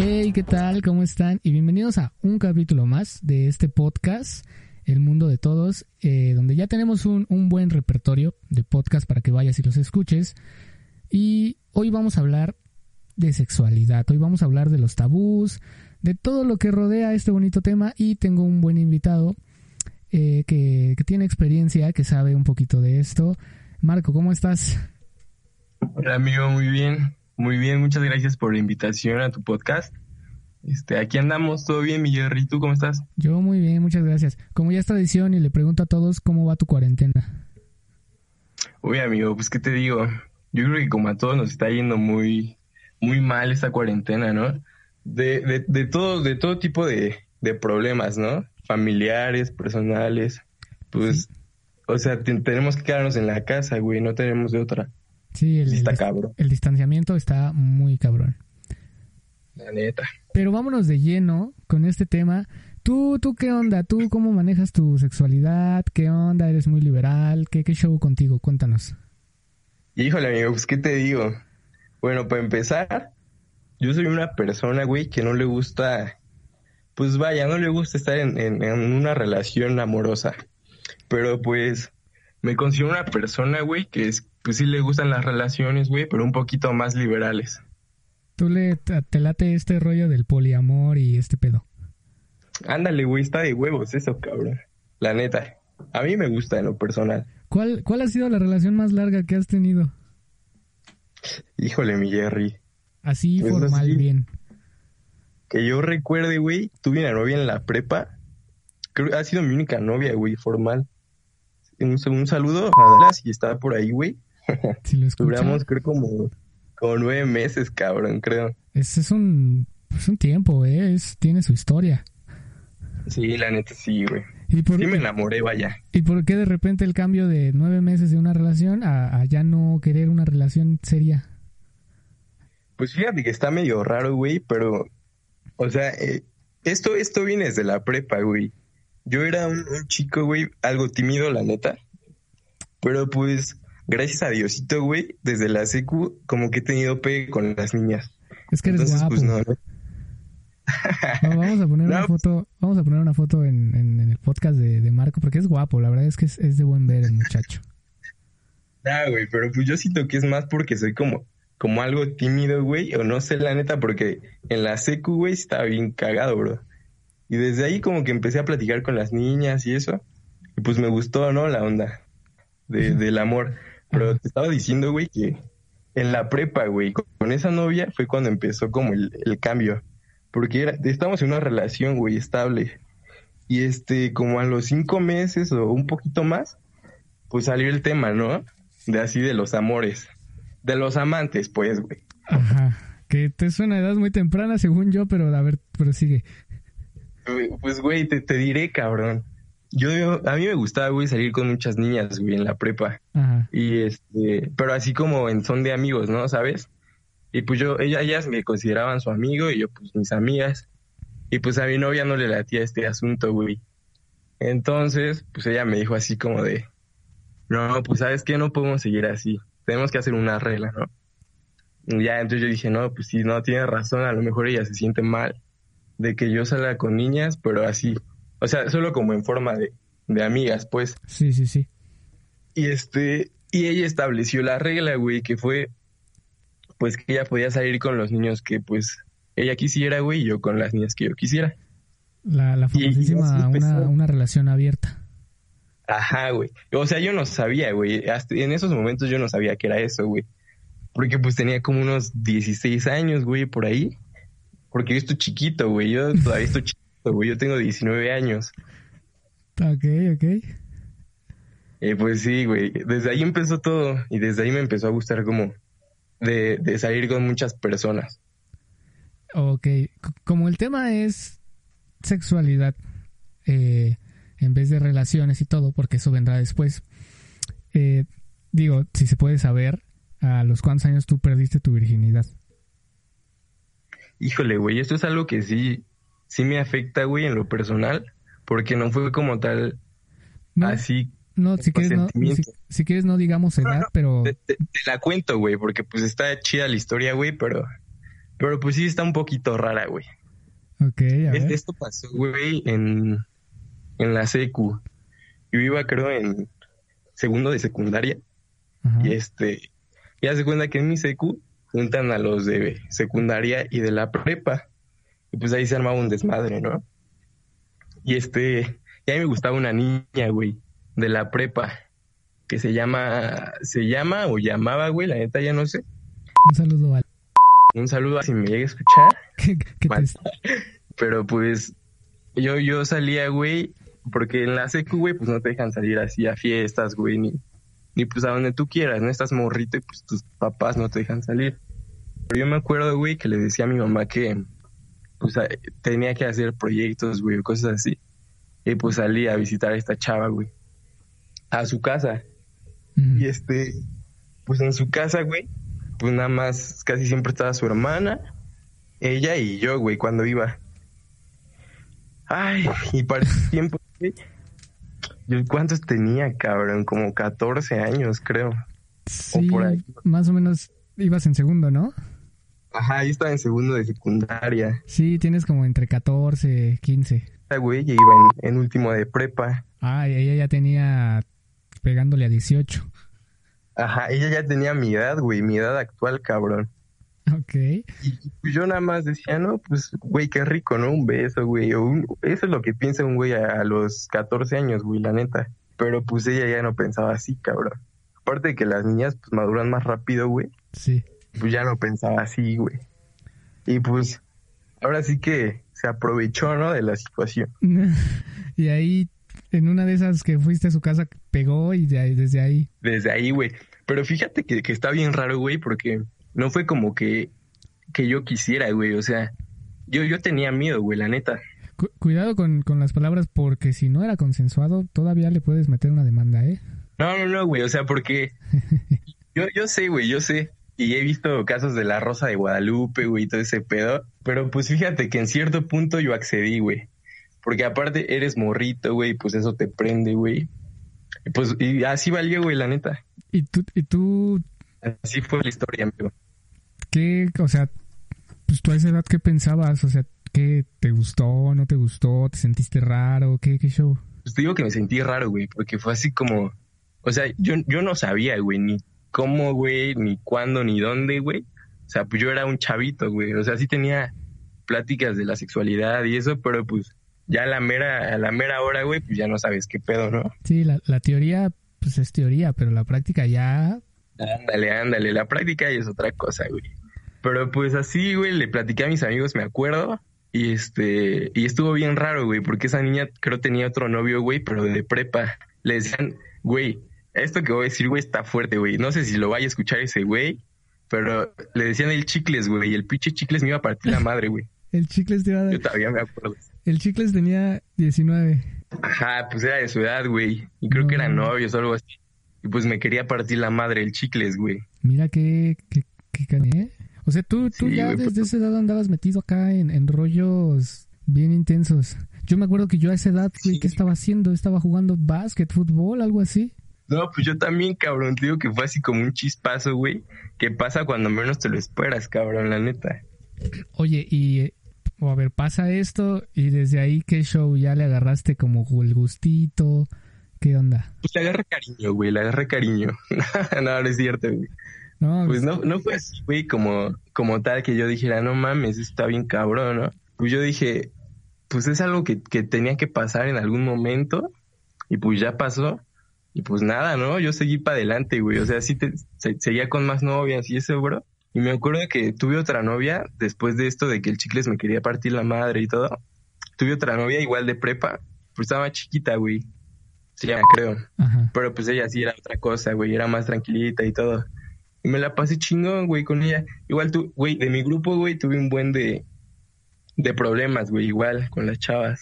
Hey, ¿qué tal? ¿Cómo están? Y bienvenidos a un capítulo más de este podcast, El Mundo de Todos, donde ya tenemos un buen repertorio de podcast para que vayas y los escuches. Y hoy vamos a hablar de sexualidad, hoy vamos a hablar de los tabús, de todo lo que rodea este bonito tema, y tengo un buen invitado que tiene experiencia, que sabe un poquito de esto. Marco, ¿cómo estás? Hola amigo, muy bien, muchas gracias por la invitación a tu podcast. Aquí andamos, todo bien, mi Jerry, ¿tú cómo estás? Yo muy bien, muchas gracias. Como ya es tradición y le pregunto a todos, ¿cómo va tu cuarentena? Uy amigo, pues qué te digo, yo creo que como a todos nos está yendo muy mal esta cuarentena, ¿no? De todo tipo de problemas, ¿no? Familiares, personales, pues, Sí. o sea, tenemos que quedarnos en la casa, güey, no tenemos de otra. Sí, Sí está cabrón, el distanciamiento está muy cabrón. la neta. Pero vámonos de lleno con este tema. ¿Tú qué onda? ¿Tú cómo manejas tu sexualidad? ¿Qué onda? ¿Eres muy liberal? ¿Qué show contigo? Cuéntanos. Híjole amigo, pues qué te digo. Bueno, para empezar, yo soy una persona, güey, que no le gusta, pues vaya, no le gusta estar en una relación amorosa. Pero pues me considero una persona, güey, pues sí le gustan las relaciones, güey, pero un poquito más liberales. ¿Te late este rollo del poliamor y este pedo? Ándale, güey, está de huevos eso, cabrón. La neta, a mí me gusta en lo personal. ¿Cuál ha sido la relación más larga que has tenido? Híjole, mi Jerry. Así, Pues formal, así, bien. que yo recuerde, güey, tuve una novia en la prepa. Creo que ha sido mi única novia, güey, formal. Un saludo a Dallas, y está por ahí, güey. Si lo escucha, Duramos, creo, como 9 meses, cabrón, creo. es un tiempo, tiene su historia. Sí, la neta, sí, güey. ¿Y Sí me enamoré, vaya. ¿Y por qué de repente el cambio de 9 meses de una relación a ya no querer una relación seria? Pues fíjate que está medio raro, güey, pero, o sea, esto viene desde la prepa, güey. Yo era un chico, güey, algo tímido, la neta, pero pues, gracias a Diosito, güey, desde la secu, como que he tenido pegue con las niñas. Es que eres Entonces, guapo. pues no. No, vamos a poner No, una foto en el podcast de Marco, porque es guapo, la verdad es que es de buen ver el muchacho. güey, pero pues yo siento que es más porque soy como algo tímido, güey, o no sé, la neta, porque en la secu, güey, estaba bien cagado, bro. Y desde ahí como que empecé a platicar con las niñas y eso. Y pues me gustó, ¿no? La onda del amor. Pero Ajá. te estaba diciendo, güey, que en la prepa, güey, con esa novia fue cuando empezó como el cambio. Porque estábamos en una relación, güey, estable. Y como a los 5 meses o un poquito más, pues salió el tema, ¿no? De los amores. De los amantes, pues, güey. Ajá. Que es una edad muy temprana, según yo, pero a ver, prosigue. Pues, güey, te diré, cabrón. A mí me gustaba, güey, salir con muchas niñas, güey, en la prepa. Ajá. Y pero así como en son de amigos, ¿no? ¿Sabes? Y pues ellas me consideraban su amigo y yo, pues, mis amigas. Y pues a mi novia no le latía este asunto, güey. Entonces, pues ella me dijo así como de, no, pues, ¿sabes qué? No podemos seguir así. Tenemos que hacer una regla, ¿no? Y ya, entonces yo dije, no, pues sí, no, tiene razón, a lo mejor ella se siente mal de que yo salga con niñas, pero así, o sea, solo como en forma de amigas, pues. Sí, sí, sí. Y y ella estableció la regla, güey, que fue, pues, que ella podía salir con los niños que, pues, ella quisiera, güey, y yo con las niñas que yo quisiera. La Y así famosísima, empezó. una relación abierta. Ajá, güey. O sea, yo no sabía, güey. Hasta en esos momentos yo no sabía que era eso, güey. Porque pues tenía como unos 16 años, güey, por ahí. Porque yo estoy chiquito, güey. Yo todavía estoy chiquito, güey. Yo tengo 19 años. Ok, ok. Pues sí, güey. Desde ahí empezó todo. Y desde ahí me empezó a gustar como de salir con muchas personas. Ok. Como el tema es sexualidad, en vez de relaciones y todo, porque eso vendrá después. Digo, si se puede saber, ¿a los cuántos años tú perdiste tu virginidad? Híjole, güey. Esto es algo que sí me afecta, güey, en lo personal. Porque no fue como tal No, así no, si por quieres no, sentimiento. si quieres no digamos No, edad, no, pero te la cuento, güey, porque pues está chida la historia, güey, pero Pero pues sí está un poquito rara, güey. Ok, a ver. Esto pasó, güey, en la secu. Yo iba, creo, en segundo de secundaria. Ajá. Y ya se cuenta que en mi secu juntan a los de secundaria y de la prepa. Y pues ahí se armaba un desmadre, ¿no? Y y a mí me gustaba una niña, güey, de la prepa, que se llama o llamaba, güey, la neta ya no sé. Un saludo, Val. Un saludo si me llega a escuchar. Que Mal. Pero pues yo salía, güey, porque en la secu, güey, pues no te dejan salir así a fiestas, güey, ni pues a donde tú quieras, ¿no? Estás morrito y pues tus papás no te dejan salir. Pero yo me acuerdo, güey, que le decía a mi mamá que pues tenía que hacer proyectos, güey, o cosas así. Y pues salí a visitar a esta chava, güey, a su casa. Ujú. Y pues en su casa, güey, pues nada más casi siempre estaba su hermana, ella y yo, güey, cuando iba. Ay, y para ese tiempo, güey, yo ¿cuántos tenía, cabrón? Como 14 años, creo. Sí, O por ahí. más o menos ibas en segundo, ¿no? Ajá, ahí estaba en segundo de secundaria. Sí, tienes como entre 14, 15. Esta güey ya iba en último de prepa. Ah, y ella ya tenía pegándole a 18. Ajá, ella ya tenía mi edad, güey, mi edad actual, cabrón. Ok. Y pues yo nada más decía, no, pues, güey, qué rico, ¿no? Un beso, güey. Eso es lo que piensa un güey a los 14 años, güey, la neta. Pero pues ella ya no pensaba así, cabrón. Aparte de que las niñas, pues, maduran más rápido, güey. Sí. Pues ya no pensaba así, güey. Y pues, ahora sí que se aprovechó, ¿no? De la situación. Y ahí, en una de esas que fuiste a su casa, pegó y desde ahí. Desde ahí, güey. Pero fíjate que está bien raro, güey, porque no fue como que yo quisiera, güey. O sea, yo tenía miedo, güey, la neta. Cuidado con las palabras, porque si no era consensuado, todavía le puedes meter una demanda, ¿eh? No, güey, o sea, porque yo sé, güey, yo sé. Y he visto casos de la Rosa de Guadalupe, güey, y todo ese pedo. Pero pues fíjate que en cierto punto yo accedí, güey. Porque aparte eres morrito, güey, pues eso te prende, güey. Y pues y así valió, güey, la neta. ¿Y tú Así fue la historia, amigo. qué, o sea, pues tú a esa edad qué pensabas? O sea, ¿qué te gustó, no te gustó, te sentiste raro, qué show? Pues te digo que me sentí raro, güey, porque fue así como... O sea, yo no sabía, güey, ni cómo, güey, ni cuándo, ni dónde, güey. O sea, pues yo era un chavito, güey. O sea, sí tenía pláticas de la sexualidad y eso, pero pues ya a la mera hora, güey, pues ya no sabes qué pedo, ¿no? Sí, la teoría, pues es teoría, pero la práctica ya... Ándale, la práctica ya es otra cosa, güey. Pero pues así, güey, le platiqué a mis amigos, me acuerdo, y y estuvo bien raro, güey, porque esa niña creo tenía otro novio, güey, pero de prepa. Le decían, güey, esto que voy a decir, güey, está fuerte, güey. No sé si lo vaya a escuchar ese güey, pero le decían el Chicles, güey, y el pinche Chicles me iba a partir la madre, güey. El Chicles te iba a dar... Yo todavía me acuerdo. El Chicles tenía 19. Ajá, pues era de su edad, güey, y creo que eran novios o algo así. Y pues me quería partir la madre el Chicles, güey. Mira qué ¿eh? O sea, tú Sí, ya güey, desde esa edad andabas metido acá en rollos bien intensos. Yo me acuerdo que yo a esa edad, güey, Sí. ¿qué estaba haciendo? Estaba jugando básquet, fútbol, algo así. No, pues yo también, cabrón, te digo que fue así como un chispazo, güey, que pasa cuando menos te lo esperas, cabrón, la neta. Oye, o a ver, pasa esto y desde ahí, ¿qué show? ¿Ya le agarraste como el gustito? ¿Qué onda? Pues le agarré cariño, güey, le agarré cariño. No, no es cierto, güey. No, Pues no fue así, güey, como tal que yo dijera, no mames, está bien cabrón, ¿no? Pues yo dije, pues es algo que tenía que pasar en algún momento y pues ya pasó. Y pues nada, ¿no? Yo seguí para adelante, güey. O sea, sí seguía con más novias y eso, bro. Y me acuerdo que tuve otra novia después de esto de que el Chicles me quería partir la madre y todo. Tuve otra novia igual de prepa, pues estaba chiquita, güey. Sí, ya creo. Ajá. Pero pues ella sí era otra cosa, güey. Era más tranquilita y todo. Y me la pasé chingón, güey, con ella. Igual tú, güey, de mi grupo, güey, tuve un buen de problemas, güey, igual, con las chavas.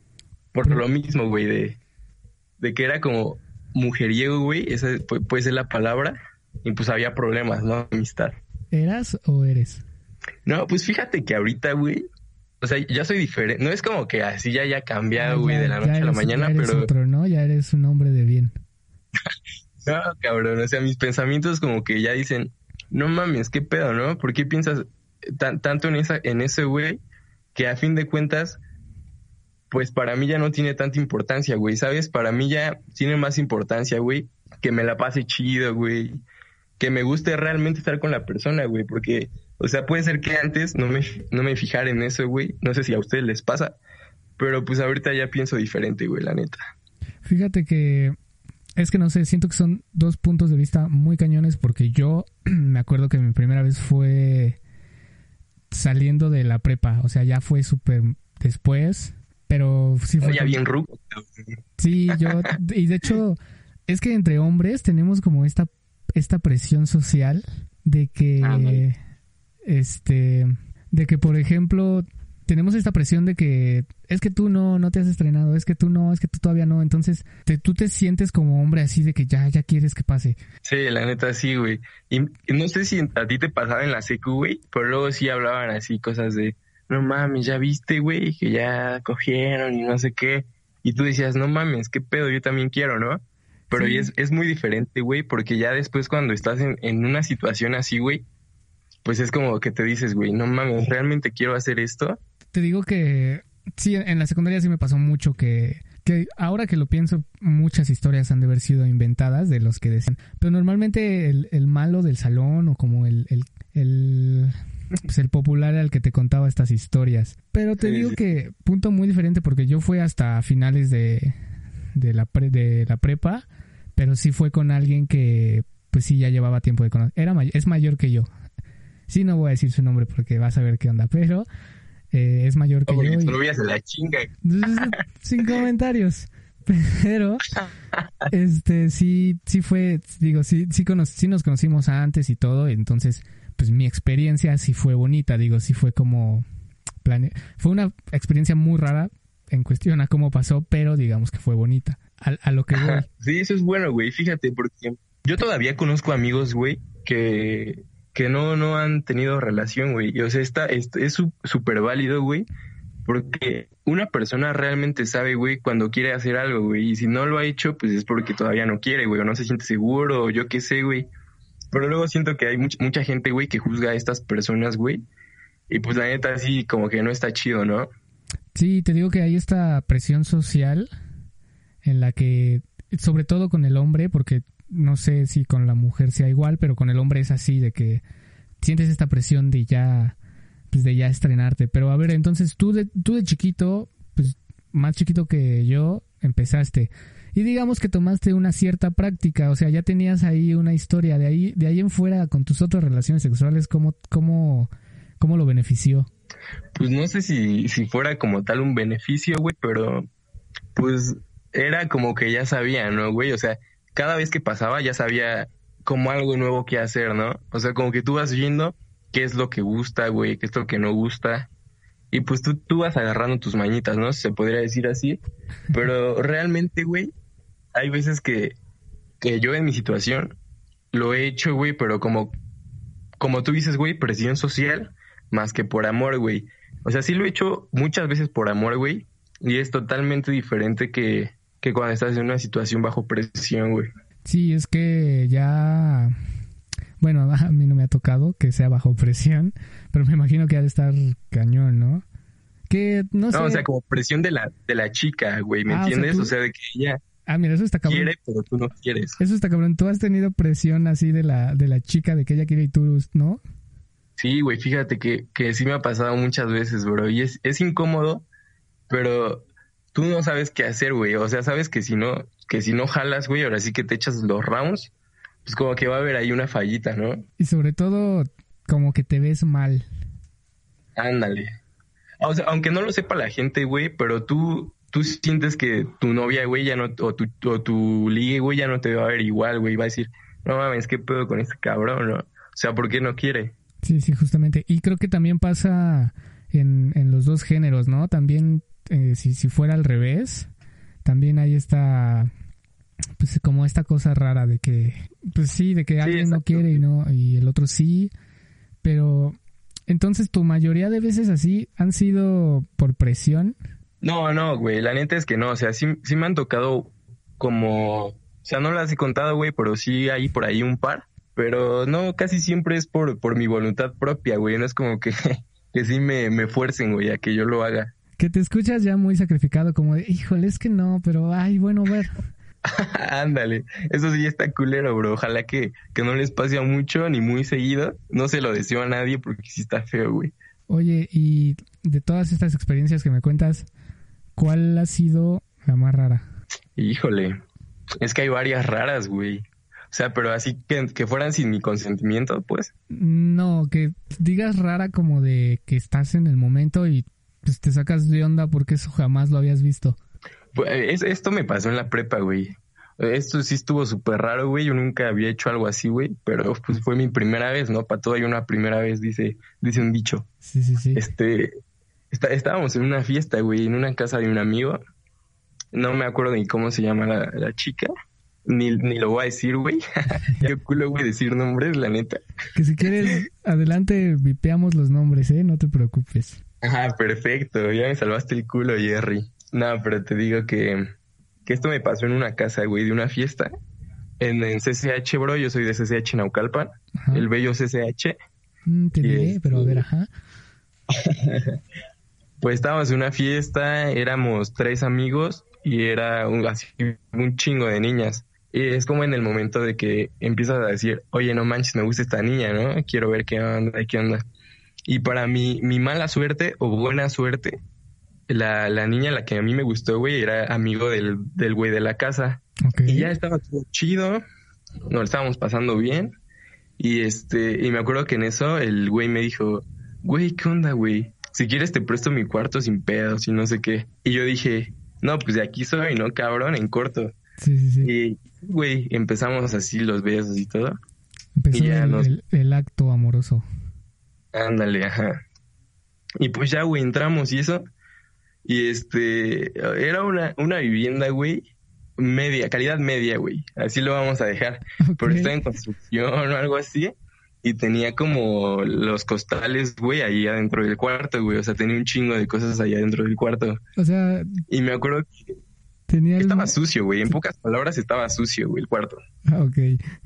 Por lo mismo, güey, de que era como mujeriego, güey, esa puede ser la palabra, y pues había problemas, ¿no? Amistad. ¿Eras o eres? No, pues fíjate que ahorita, güey, o sea, ya soy diferente. No es como que así ya haya cambiado, güey, de la noche a la mañana, ya eres pero... otro, ¿no? Ya eres un hombre de bien. No, cabrón, o sea, mis pensamientos como que ya dicen, no mames, qué pedo, ¿no? ¿Por qué piensas tanto en ese, güey, que a fin de cuentas, pues para mí ya no tiene tanta importancia, güey, ¿sabes? Para mí ya tiene más importancia, güey, que me la pase chido, güey, que me guste realmente estar con la persona, güey, porque, o sea, puede ser que antes no me fijara en eso, güey, no sé si a ustedes les pasa, pero pues ahorita ya pienso diferente, güey, la neta. Fíjate que es que no sé, siento que son dos puntos de vista muy cañones porque yo me acuerdo que mi primera vez fue saliendo de la prepa, o sea, ya fue súper después, pero sí fue... Ya bien ruco. Sí, y de hecho, es que entre hombres tenemos como esta presión social de que, de que, por ejemplo, tenemos esta presión de que es que tú no te has estrenado, es que tú todavía no, entonces tú te sientes como hombre así de que ya quieres que pase. Sí, la neta sí, güey. Y no sé si a ti te pasaba en la secu, güey, pero luego sí hablaban así cosas de, no mames, ya viste, güey, que ya cogieron y no sé qué. Y tú decías, no mames, qué pedo, yo también quiero, ¿no? Pero Sí. es muy diferente, güey, porque ya después cuando estás en una situación así, güey, pues es como que te dices, güey, no mames, ¿realmente quiero hacer esto? Te digo que sí, en la secundaria sí me pasó mucho que ahora que lo pienso, muchas historias han de haber sido inventadas de los que decían. Pero normalmente el malo del salón o como pues el popular era el que te contaba estas historias. Pero te digo que punto muy diferente porque yo fui hasta finales de la prepa, pero sí fue con alguien que pues sí ya llevaba tiempo de conocer. Es mayor que yo. Sí, no voy a decir su nombre porque vas a ver qué onda, pero es mayor que yo. Tu novia se la chinga. Sin comentarios. Pero sí fue, digo, sí nos conocimos antes y todo, entonces pues mi experiencia sí fue bonita, digo, sí fue como fue una experiencia muy rara en cuestión a cómo pasó, pero digamos que fue bonita. A lo que voy. Sí, eso es bueno, güey, fíjate, porque yo todavía conozco amigos, güey, que no han tenido relación, güey. Y, o sea, es súper válido, güey, porque una persona realmente sabe, güey, cuando quiere hacer algo, güey. Y si no lo ha hecho, pues es porque todavía no quiere, güey, o no se siente seguro, o yo qué sé, güey. Pero luego siento que hay mucha gente, güey, que juzga a estas personas, güey. Y pues la neta sí, como que no está chido, ¿no? Sí, te digo que hay esta presión social en la que, sobre todo con el hombre, porque no sé si con la mujer sea igual, pero con el hombre es así, de que sientes esta presión de ya estrenarte. Pero a ver, entonces tú de chiquito, pues más chiquito que yo, empezaste. Y digamos que tomaste una cierta práctica, o sea, ya tenías ahí una historia. De ahí en fuera, con tus otras relaciones sexuales, ¿cómo lo benefició? Pues no sé si fuera como tal un beneficio, güey, pero pues era como que ya sabía, ¿no, güey? O sea, cada vez que pasaba ya sabía como algo nuevo que hacer, ¿no? O sea, como que tú vas viendo qué es lo que gusta, güey, qué es lo que no gusta. Y pues tú vas agarrando tus mañitas, ¿no? Se podría decir así. Pero realmente, güey, hay veces que yo en mi situación lo he hecho, güey, pero como tú dices, güey, presión social más que por amor, güey. O sea, sí lo he hecho muchas veces por amor, güey, y es totalmente diferente que cuando estás en una situación bajo presión, güey. Sí, es que ya... Bueno, a mí no me ha tocado que sea bajo presión, pero me imagino que ha de estar cañón, ¿no? Que no sé... No, o sea, como presión de la chica, güey, ¿me entiendes? O sea, de que ella mira, eso está cabrón. Quiere, pero tú no quieres. Eso está cabrón. Tú has tenido presión así de la chica, de que ella quiere y tú, ¿no? Sí, güey, fíjate que sí me ha pasado muchas veces, bro, y es incómodo, pero tú no sabes qué hacer, güey. O sea, sabes que si no jalas, güey, ahora sí que te echas los rounds, pues como que va a haber ahí una fallita, ¿no? Y sobre todo, como que te ves mal. Ándale. O sea, aunque no lo sepa la gente, güey, pero tú sientes que tu novia, güey, ya no, o tu ligue, güey, ya no te va a ver igual, güey. Va a decir, no mames, ¿qué pedo con este cabrón, no? O sea, ¿por qué no quiere? Sí, justamente. Y creo que también pasa en los dos géneros, ¿no? También, si fuera al revés, también hay pues como esta cosa rara de que, pues sí, de que alguien no quiere y el otro sí, pero entonces tu mayoría de veces así han sido por presión. No, güey, la neta es que no, o sea, sí me han tocado como, o sea, no las he contado, güey, pero sí hay por ahí un par, Pero no, casi siempre es por mi voluntad propia, güey. No es como que, que sí me fuercen, güey, a que yo lo haga. Que te escuchas ya muy sacrificado, como de, híjole, es que no, pero ay, bueno, a ver. Ándale, eso sí está culero, bro. Ojalá que no les pase mucho ni muy seguido. No se lo deseo a nadie porque sí está feo, güey. Oye, y de todas estas experiencias que me cuentas, ¿cuál ha sido la más rara? Híjole, es que hay varias raras, güey. O sea, pero así que fueran sin mi consentimiento, pues. No, que digas rara como de que estás en el momento y pues te sacas de onda porque eso jamás lo habías visto. Pues, esto me pasó en la prepa, güey. Esto sí estuvo súper raro, güey. Yo nunca había hecho algo así, güey. Pero pues fue mi primera vez, ¿no? Para todo hay una primera vez, dice un dicho. Sí, sí, sí. Estábamos en una fiesta, güey, en una casa de un amigo. No me acuerdo ni cómo se llama la chica. Ni lo voy a decir, güey. Qué culo, güey, decir nombres, la neta. Que si quieres, adelante, vipeamos los nombres, ¿eh? No te preocupes. Ajá, perfecto. Ya me salvaste el culo, Jerry. No, pero te digo que esto me pasó en una casa, güey, de una fiesta. En CCH, bro. Yo soy de CCH Naucalpan. Ajá. El bello CCH. Te diré, pero a ver, ajá. Pues estábamos en una fiesta, éramos 3 amigos y era así un chingo de niñas. Y es como en el momento de que empiezas a decir, oye, no manches, me gusta esta niña, ¿no? Quiero ver qué onda. Y para mi mala suerte o buena suerte, la niña a la que a mí me gustó, güey, era amigo del güey de la casa. Okay. Y ya estaba todo chido, nos lo estábamos pasando bien. Y y me acuerdo que en eso el güey me dijo, güey, ¿qué onda, güey? Si quieres te presto mi cuarto sin pedos y no sé qué. Y yo dije, no, pues de aquí soy, ¿no, cabrón? En corto. Sí, sí, sí. Y, güey, empezamos así los besos y todo. Empezó y ya el acto amoroso. Ándale, ajá. Y pues ya, güey, entramos y eso. Y era una vivienda, güey, calidad media, güey. Así lo vamos a dejar. Okay. Pero estaba en construcción o algo así. Y tenía como los costales, güey, ahí adentro del cuarto, güey. O sea, tenía un chingo de cosas ahí adentro del cuarto. O sea... Y me acuerdo que estaba sucio, güey. En pocas palabras, estaba sucio, güey, el cuarto. Ah, ok.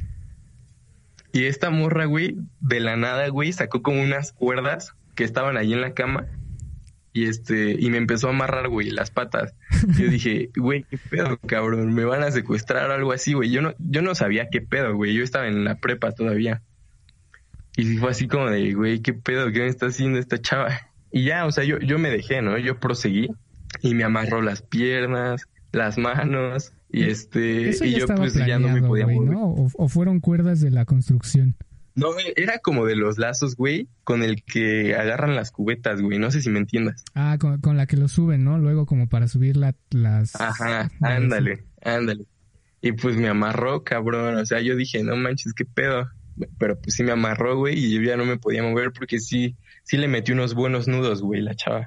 Y esta morra, güey, de la nada, güey, sacó como unas cuerdas que estaban ahí en la cama. Y me empezó a amarrar, güey, las patas. Yo dije, güey, qué pedo, cabrón. Me van a secuestrar o algo así, güey. Yo no sabía qué pedo, güey. Yo estaba en la prepa todavía. Y fue así como de, güey, qué pedo, ¿qué me está haciendo esta chava? Y ya, o sea, yo me dejé, ¿no? Yo proseguí y me amarró las piernas, las manos y Eso y ya yo pues planeado, ya no me podía güey, mover. ¿no? O fueron cuerdas de la construcción. No, era como de los lazos, güey, con el que agarran las cubetas, güey. No sé si me entiendas. Ah, con la que lo suben, ¿no? Luego como para subir las... Ajá, ándale. Y pues me amarró, cabrón. O sea, yo dije, no manches, qué pedo. Pero pues sí me amarró, güey, y yo ya no me podía mover porque sí le metí unos buenos nudos, güey, la chava.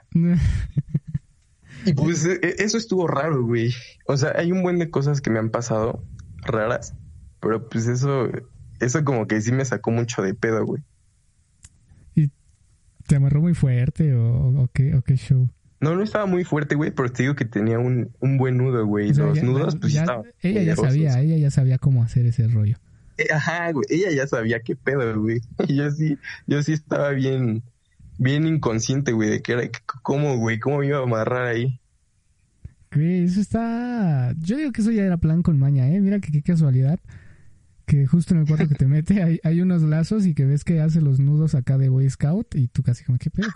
Y pues eso estuvo raro, güey. O sea, hay un buen de cosas que me han pasado raras, pero pues eso como que sí me sacó mucho de pedo, güey. ¿Y te amarró muy fuerte o qué show? No estaba muy fuerte, güey, pero te digo que tenía un buen nudo, güey. O sea, los nudos, pues estaban ella ya sabía cómo hacer ese rollo. Ajá, güey, ella ya sabía qué pedo, güey. Y yo sí estaba bien inconsciente, güey, de que era, ¿cómo me iba a amarrar ahí? Güey, eso está... Yo digo que eso ya era plan con maña, ¿eh? Mira que qué casualidad que justo en el cuarto que te mete hay unos lazos y que ves que hace los nudos acá de Boy Scout y tú casi como, ¿qué pedo?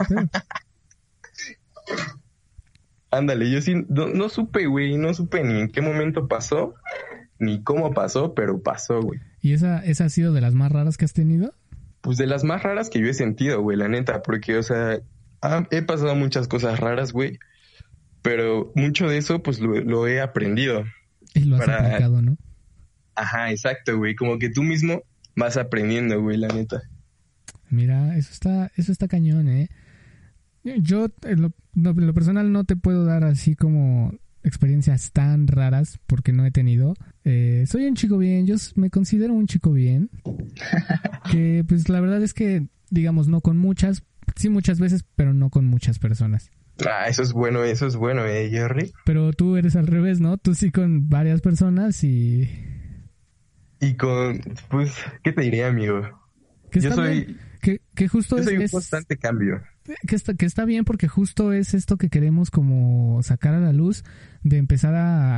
Ándale, yo sí, no supe, güey, no supe ni en qué momento pasó, ni cómo pasó, pero pasó, güey. ¿Y esa ha sido de las más raras que has tenido? Pues de las más raras que yo he sentido, güey, la neta, porque, o sea, he pasado muchas cosas raras, güey, pero mucho de eso, pues, lo he aprendido. Y lo has aplicado, ¿no? Ajá, exacto, güey, como que tú mismo vas aprendiendo, güey, la neta. Mira, eso está cañón, ¿eh? Yo, en lo personal, no te puedo dar así como experiencias tan raras porque no he tenido. Soy un chico bien, yo me considero un chico bien. Que pues la verdad es que, digamos, no con muchas, sí muchas veces, pero no con muchas personas. Eso es bueno, Jerry. Pero tú eres al revés, ¿no? Tú sí con varias personas y... Y con, pues, ¿qué te diría, amigo? Que Yo está soy, bien, que justo yo soy un es constante cambio. que está bien porque justo es esto que queremos como sacar a la luz, de empezar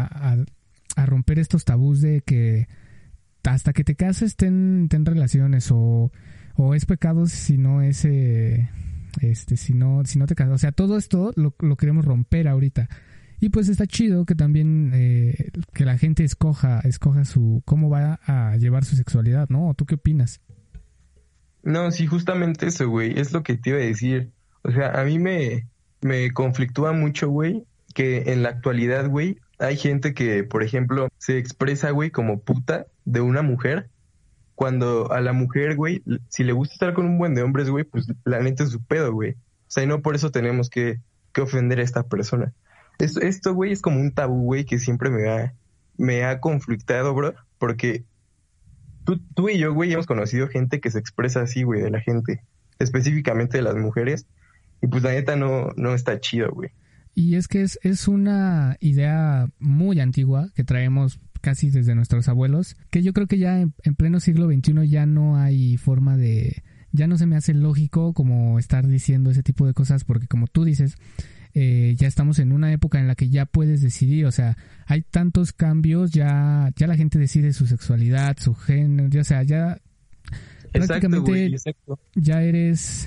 a romper estos tabús de que hasta que te cases ten relaciones o es pecado si no es si no te casas. O sea, todo esto lo queremos romper ahorita. Y pues está chido que también que la gente escoja su cómo va a llevar su sexualidad, ¿no? ¿Tú qué opinas? No, sí, justamente eso, güey, es lo que te iba a decir. O sea, a mí me conflictúa mucho, güey, que en la actualidad, güey, hay gente que, por ejemplo, se expresa, güey, como puta de una mujer, cuando a la mujer, güey, si le gusta estar con un buen de hombres, güey, pues la neta es su pedo, güey. O sea, y no por eso tenemos que ofender a esta persona. Esto, güey, es como un tabú, güey, que siempre me ha conflictado, bro, porque tú y yo, güey, hemos conocido gente que se expresa así, güey, de la gente, específicamente de las mujeres, y pues la neta no está chido, güey. Y es que es una idea muy antigua que traemos casi desde nuestros abuelos, que yo creo que ya en pleno siglo XXI ya no hay forma de... Ya no se me hace lógico como estar diciendo ese tipo de cosas porque como tú dices, ya estamos en una época en la que ya puedes decidir, o sea, hay tantos cambios, ya la gente decide su sexualidad, su género, o sea, ya Exacto, prácticamente güey, exacto. ya eres...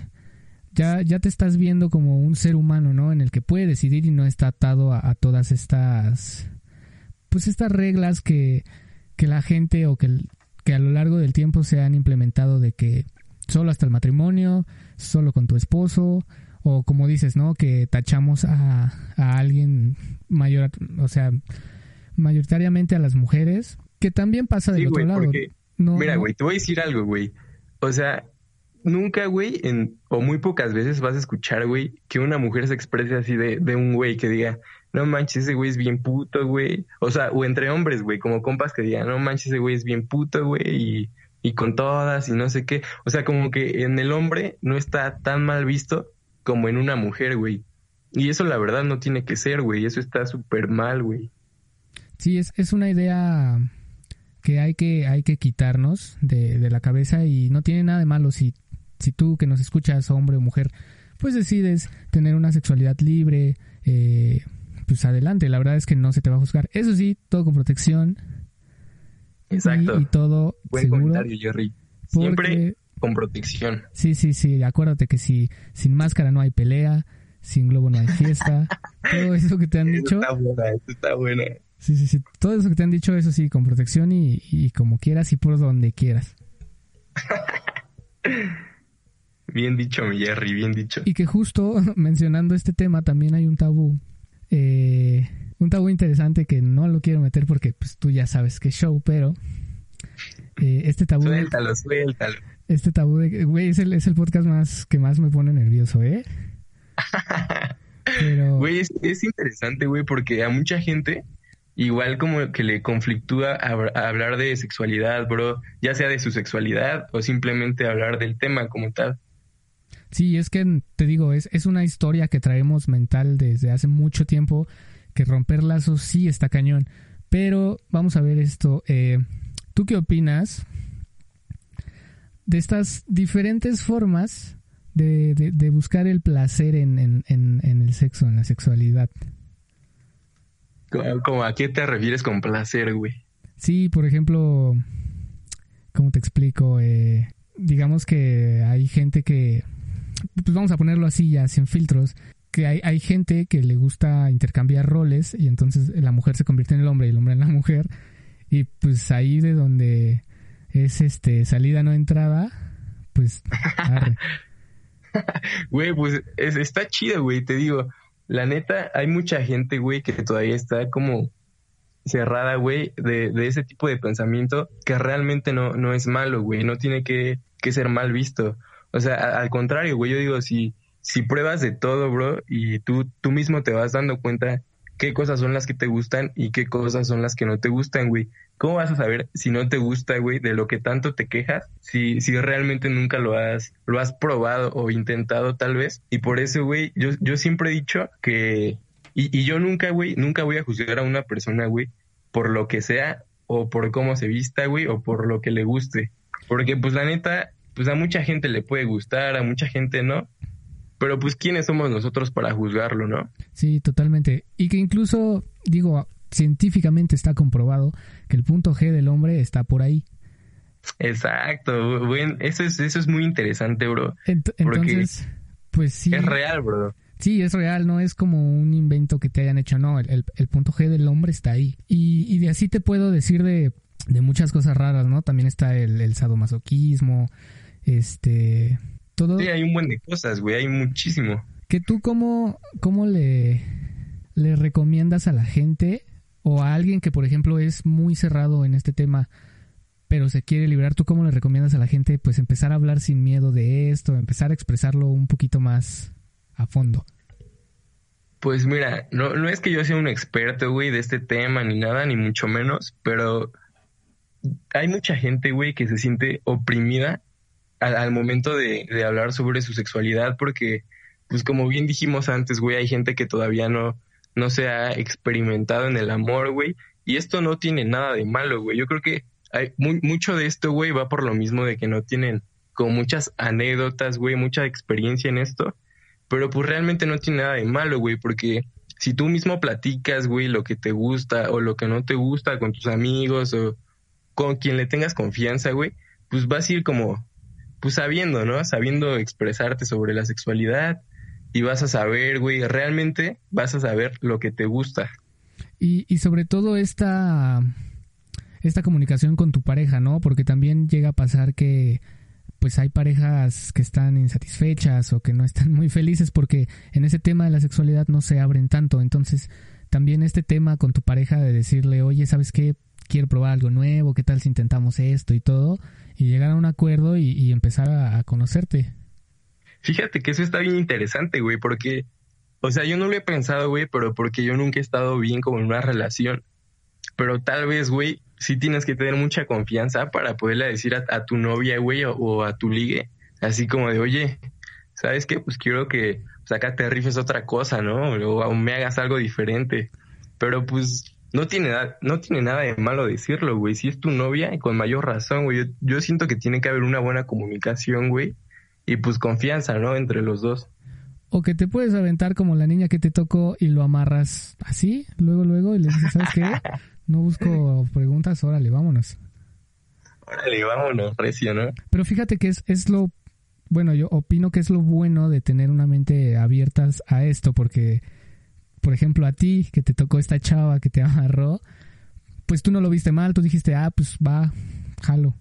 Ya te estás viendo como un ser humano, ¿no? En el que puede decidir y no está atado a todas estas, pues estas reglas que la gente o que a lo largo del tiempo se han implementado de que solo hasta el matrimonio, solo con tu esposo, o como dices, ¿no? Que tachamos a alguien mayor, o sea, mayoritariamente a las mujeres, que también pasa del Sí, otro güey, lado. porque, No, mira, no, güey, te voy a decir algo, güey. O sea, nunca, güey, o muy pocas veces vas a escuchar, güey, que una mujer se exprese así de un güey que diga, no manches, ese güey es bien puto, güey. O sea, o entre hombres, güey, como compas que digan, no manches, ese güey es bien puto, güey, y con todas y no sé qué. O sea, como que en el hombre no está tan mal visto como en una mujer, güey. Y eso la verdad no tiene que ser, güey. Eso está súper mal, güey. sí, es una idea que hay que quitarnos de la cabeza y no tiene nada de malo si tú que nos escuchas, hombre o mujer, pues decides tener una sexualidad libre, pues adelante, la verdad es que no se te va a juzgar. Eso sí, todo con protección Exacto. y todo Buen seguro, comentario, Jerry. Siempre porque con protección. sí, acuérdate que si sin máscara no hay pelea, sin globo no hay fiesta, todo eso que te han dicho. Eso está buena. Sí, todo eso que te han dicho, eso sí, con protección y como quieras y por donde quieras. Bien dicho, mi Jerry, bien dicho. Y que justo mencionando este tema también hay un tabú interesante que no lo quiero meter porque pues tú ya sabes que es show, pero este tabú Suéltalo. este tabú de güey es el podcast que más me pone nervioso, pero Güey, es interesante, güey, porque a mucha gente igual como que le conflictúa a hablar de sexualidad, bro, ya sea de su sexualidad o simplemente hablar del tema como tal. sí, es que te digo, es una historia que traemos mental desde hace mucho tiempo, que romper lazos sí está cañón, pero vamos a ver esto, ¿tú qué opinas de estas diferentes formas de buscar el placer en el sexo, en la sexualidad? ¿Cómo a qué te refieres con placer, güey? Sí, por ejemplo, ¿cómo te explico? Digamos que hay gente que, pues vamos a ponerlo así ya, sin filtros, que hay gente que le gusta intercambiar roles y entonces la mujer se convierte en el hombre y el hombre en la mujer y pues ahí de donde es salida no entrada, pues arre. Güey, pues está chido, güey, te digo. La neta, hay mucha gente, güey, que todavía está como cerrada, güey, de ese tipo de pensamiento que realmente no es malo, güey, no tiene que ser mal visto. O sea, al contrario, güey, yo digo, si pruebas de todo, bro, y tú mismo te vas dando cuenta qué cosas son las que te gustan y qué cosas son las que no te gustan, güey. ¿Cómo vas a saber si no te gusta, güey, de lo que tanto te quejas? Si realmente nunca lo has probado o intentado tal vez. Y por eso, güey, yo siempre he dicho que... Y yo nunca, güey, nunca voy a juzgar a una persona, güey, por lo que sea o por cómo se vista, güey, o por lo que le guste. Porque, pues, la neta, pues a mucha gente le puede gustar, a mucha gente no. Pero, pues, ¿quiénes somos nosotros para juzgarlo, no? Sí, totalmente. Y que incluso, digo, científicamente está comprobado que el punto G del hombre está por ahí. Exacto, güey. Eso es muy interesante, bro. Entonces, pues sí. Es real, bro. Sí, es real, no es como un invento que te hayan hecho, no, el punto G del hombre está ahí. Y de así te puedo decir de muchas cosas raras, ¿no? También está el sadomasoquismo, todo. Sí, hay un buen de cosas, güey, hay muchísimo. Que tú cómo le recomiendas a la gente o a alguien que, por ejemplo, es muy cerrado en este tema, pero se quiere liberar, ¿tú cómo le recomiendas a la gente, pues, empezar a hablar sin miedo de esto, empezar a expresarlo un poquito más a fondo? Pues mira, no es que yo sea un experto, güey, de este tema ni nada, ni mucho menos, pero hay mucha gente, güey, que se siente oprimida al momento de hablar sobre su sexualidad porque, pues como bien dijimos antes, güey, hay gente que todavía no se ha experimentado en el amor, güey, y esto no tiene nada de malo, güey. Yo creo que hay mucho de esto, güey, va por lo mismo de que no tienen como muchas anécdotas, güey, mucha experiencia en esto. Pero pues realmente no tiene nada de malo, güey, porque si tú mismo platicas, güey, lo que te gusta o lo que no te gusta con tus amigos o con quien le tengas confianza, güey, pues vas a ir como, pues sabiendo, ¿no? Sabiendo expresarte sobre la sexualidad y vas a saber, güey, realmente vas a saber lo que te gusta. Y sobre todo esta comunicación con tu pareja, ¿no? Porque también llega a pasar que pues hay parejas que están insatisfechas o que no están muy felices porque en ese tema de la sexualidad no se abren tanto. Entonces, también este tema con tu pareja de decirle, oye, ¿sabes qué? Quiero probar algo nuevo, ¿qué tal si intentamos esto y todo? Y llegar a un acuerdo y empezar a conocerte. Fíjate que eso está bien interesante, güey, porque, o sea, yo no lo he pensado, güey, pero porque yo nunca he estado bien como en una relación. Pero tal vez, güey, sí tienes que tener mucha confianza para poderle decir a tu novia, güey, o a tu ligue, así como de, oye, ¿sabes qué? Pues quiero que pues, acá te rifes otra cosa, ¿no? O me hagas algo diferente. Pero pues no tiene nada de malo decirlo, güey. Si es tu novia, y con mayor razón, güey. Yo siento que tiene que haber una buena comunicación, güey. Y pues confianza, ¿no? Entre los dos. O que te puedes aventar como la niña que te tocó y lo amarras así, luego, y le dices, ¿sabes qué? No busco preguntas, órale, vámonos. Órale, vámonos, recio, ¿no? Pero fíjate que es lo... Bueno, yo opino que es lo bueno de tener una mente abierta a esto, porque, por ejemplo, a ti, que te tocó esta chava que te amarró, pues tú no lo viste mal, tú dijiste, pues va, jalo.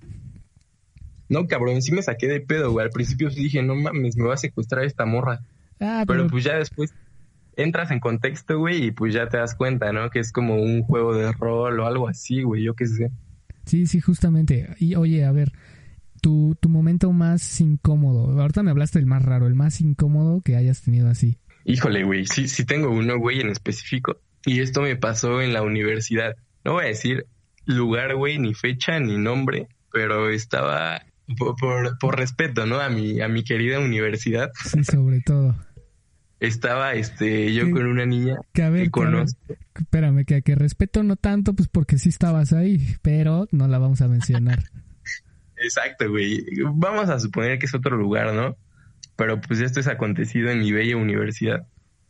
No, cabrón, sí me saqué de pedo, güey. Al principio sí dije, no mames, me va a secuestrar esta morra. Pero pues ya después entras en contexto, güey, y pues ya te das cuenta, ¿no? Que es como un juego de rol o algo así, güey, yo qué sé. Sí, justamente. Y oye, a ver, tu momento más incómodo. Ahorita me hablaste del más raro, el más incómodo que hayas tenido así. Híjole, güey, sí tengo uno, güey, en específico. Y esto me pasó en la universidad. No voy a decir lugar, güey, ni fecha, ni nombre, pero estaba por respeto, ¿no? A mi querida universidad. Sí, sobre todo. Estaba yo con una niña que conozco. Espérame, que respeto no tanto, pues porque sí estabas ahí, pero no la vamos a mencionar. Exacto, güey. Vamos a suponer que es otro lugar, ¿no? Pero pues esto es acontecido en mi bella universidad.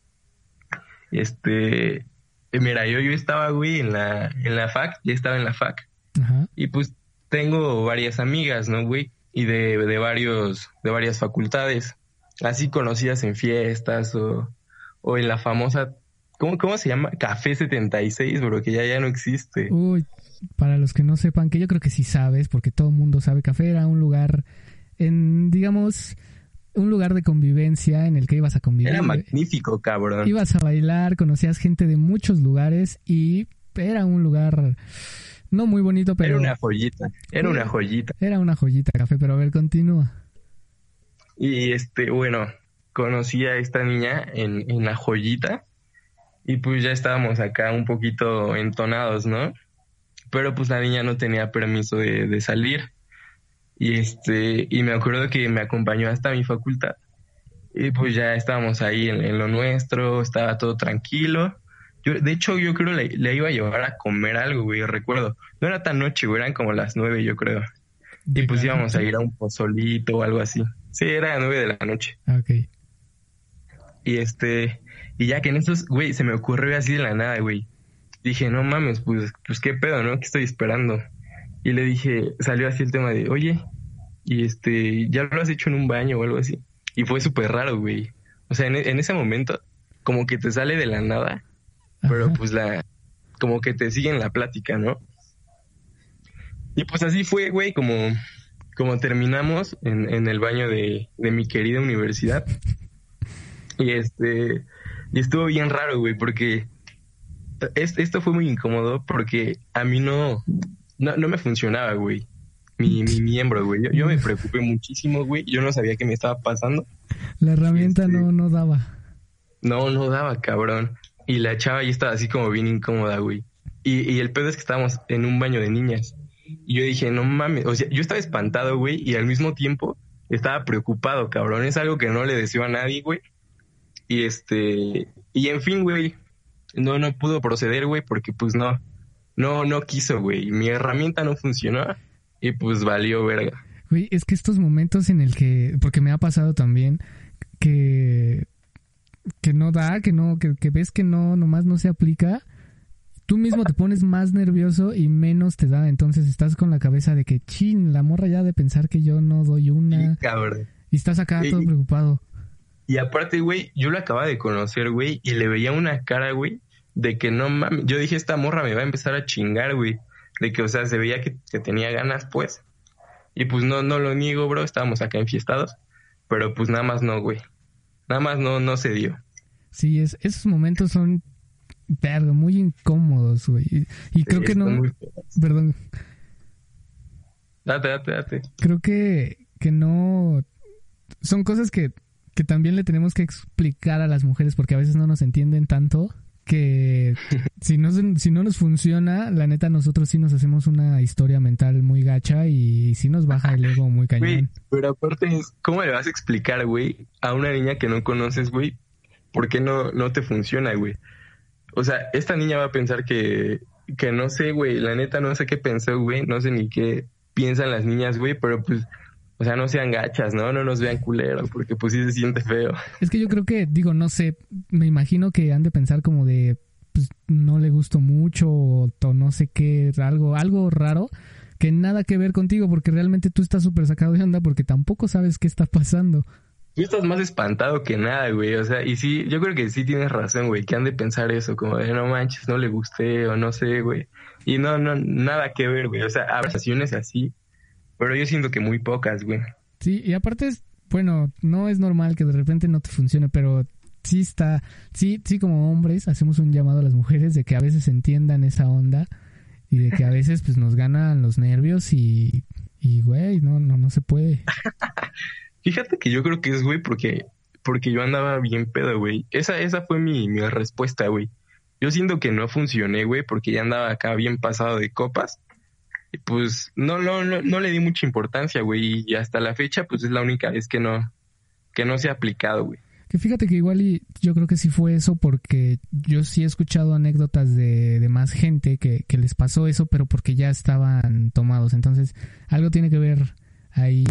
Mira, yo estaba, güey, en la FAC, ya estaba en la FAC. Ajá. Y pues tengo varias amigas, ¿no, güey? Y de varias facultades. Así conocidas en fiestas o en la famosa, ¿cómo se llama? Café 76, bro, que ya no existe. Uy, para los que no sepan, que yo creo que sí sabes, porque todo el mundo sabe, Café era un lugar, digamos, un lugar de convivencia en el que ibas a convivir. Era magnífico, cabrón. Ibas a bailar, conocías gente de muchos lugares y era un lugar no muy bonito, pero... Era una joyita. Era una joyita, Café, pero a ver, continúa. Y bueno, conocí a esta niña en la joyita y pues ya estábamos acá un poquito entonados, ¿no? Pero pues la niña no tenía permiso de salir. Y me acuerdo que me acompañó hasta mi facultad. Y pues ya estábamos ahí en lo nuestro, estaba todo tranquilo. De hecho, yo creo le iba a llevar a comer algo, güey, recuerdo. No era tan noche, güey, eran como las 9, yo creo. Y ¿De pues la íbamos a noche? ir a un pozolito o algo así. Sí, era 9 de la noche. Ah, ok. Y y ya que en esos, güey, se me ocurrió así de la nada, güey. Dije, no mames, pues qué pedo, ¿no? ¿Qué estoy esperando? Y le dije, salió así el tema de, oye, ya lo has hecho en un baño o algo así. Y fue súper raro, güey. O sea, en ese momento, como que te sale de la nada, pero Ajá. pues como que te sigue en la plática, ¿no? Y pues así fue, güey, como terminamos en el baño de mi querida universidad. Y y estuvo bien raro, güey, porque esto fue muy incómodo porque a mí no me funcionaba, güey. Mi miembro, güey. Yo me preocupé muchísimo, güey. Yo no sabía qué me estaba pasando. La Y herramienta no daba. no daba, cabrón. Y la chava ya estaba así como bien incómoda, güey. Y el pedo es que estábamos en un baño de niñas. Y yo dije, no mames. O sea, yo estaba espantado, güey. Y al mismo tiempo estaba preocupado, cabrón. Es algo que no le deseo a nadie, güey. Y y en fin, güey. No pudo proceder, güey, porque pues no quiso, güey. Mi herramienta no funcionó y pues valió verga. Güey, es que estos momentos en el que, porque me ha pasado también, que, que no da, que ves que no, nomás no se aplica, tú mismo te pones más nervioso y menos te da. Entonces estás con la cabeza de que, chin, la morra ya de pensar que yo no doy Sí, una. cabrón. Y estás acá todo Y, preocupado. y aparte, güey, yo lo acababa de conocer, güey, y le veía una cara, güey, de que no mames. Yo dije, esta morra me va a empezar a chingar, güey. De que, o sea, se veía que tenía ganas, pues. Y pues no lo niego, bro, estábamos acá enfiestados. Pero pues nada más no, güey. Nada más no se dio. Sí, esos momentos son, verga, muy incómodos, güey. Y Sí, creo que están no, muy feos. perdón, Date. creo que no, son cosas que también le tenemos que explicar a las mujeres porque a veces no nos entienden tanto que si no nos funciona, la neta nosotros sí nos hacemos una historia mental muy gacha y sí nos baja el ego muy Güey, cañón. pero aparte es, ¿cómo le vas a explicar, güey, a una niña que no conoces, güey, por qué no te funciona, güey? O sea, esta niña va a pensar que no sé, güey, la neta no sé qué pensó, güey, no sé ni qué piensan las niñas, güey, pero pues, o sea, no sean gachas, ¿no? No nos vean culeros, porque pues sí se siente feo. Es que yo creo que, digo, no sé, me imagino que han de pensar como de, pues, no le gustó mucho o no sé qué, algo raro que nada que ver contigo porque realmente tú estás súper sacado de onda porque tampoco sabes qué está pasando. Tú estás más espantado que nada, güey, o sea, y sí, yo creo que sí tienes razón, güey, que han de pensar eso, como de no manches, no le gusté o no sé, güey. Y nada que ver, güey, o sea, habrá situaciones así, pero yo siento que muy pocas, güey. Sí, y aparte es, bueno, no es normal que de repente no te funcione, pero sí está, sí como hombres hacemos un llamado a las mujeres de que a veces entiendan esa onda y de que a veces pues nos ganan los nervios y güey, no se puede. Fíjate que yo creo que es, güey, porque yo andaba bien pedo, güey. Esa fue mi respuesta, güey. Yo siento que no funcioné, güey, porque ya andaba acá bien pasado de copas. Y pues no le di mucha importancia, güey. Y hasta la fecha, pues es la única vez que no se ha aplicado, güey. Que fíjate que igual y yo creo que sí fue eso porque yo sí he escuchado anécdotas de más gente que les pasó eso, pero porque ya estaban tomados. Entonces, algo tiene que ver ahí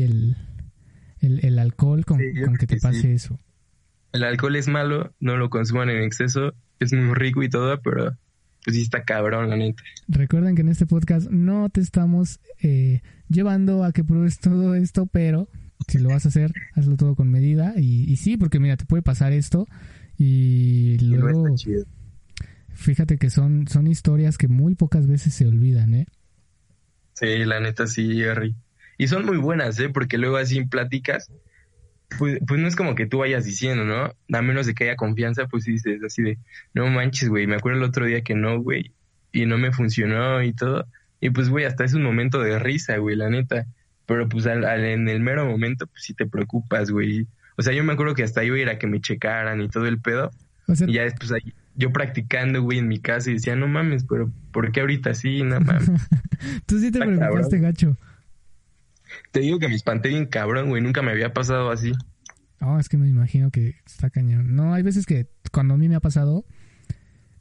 el alcohol Sí, yo con creo que te que sí. pase eso. El alcohol es malo, no lo consuman en exceso. Es muy rico y todo, pero pues sí está cabrón, la neta. Recuerden que en este podcast no te estamos llevando a que pruebes todo esto, pero si lo vas a hacer, hazlo todo con medida. Y sí, porque mira, te puede pasar esto y Y no está luego chido. fíjate que son historias que muy pocas veces se olvidan, ¿eh? Sí, la neta sí, Harry. Y son muy buenas, ¿eh? Porque luego así en pláticas, pues no es como que tú vayas diciendo, ¿no? A menos de que haya confianza, pues sí dices así de, no manches, güey, me acuerdo el otro día que no, güey, y no me funcionó y todo. Y pues, güey, hasta es un momento de risa, güey, la neta. Pero pues en el mero momento, pues sí te preocupas, güey. O sea, yo me acuerdo que hasta iba a ir a que me checaran y todo el pedo. O sea, Y ya después ahí, yo practicando, güey, en mi casa y decía, no mames, pero ¿por qué ahorita sí? No mames. tú sí te Está preocupaste, cabrón. gacho. Te digo que me espanté bien cabrón, güey. Nunca me había pasado así. No, es que me imagino que está cañón. No, hay veces que cuando a mí me ha pasado,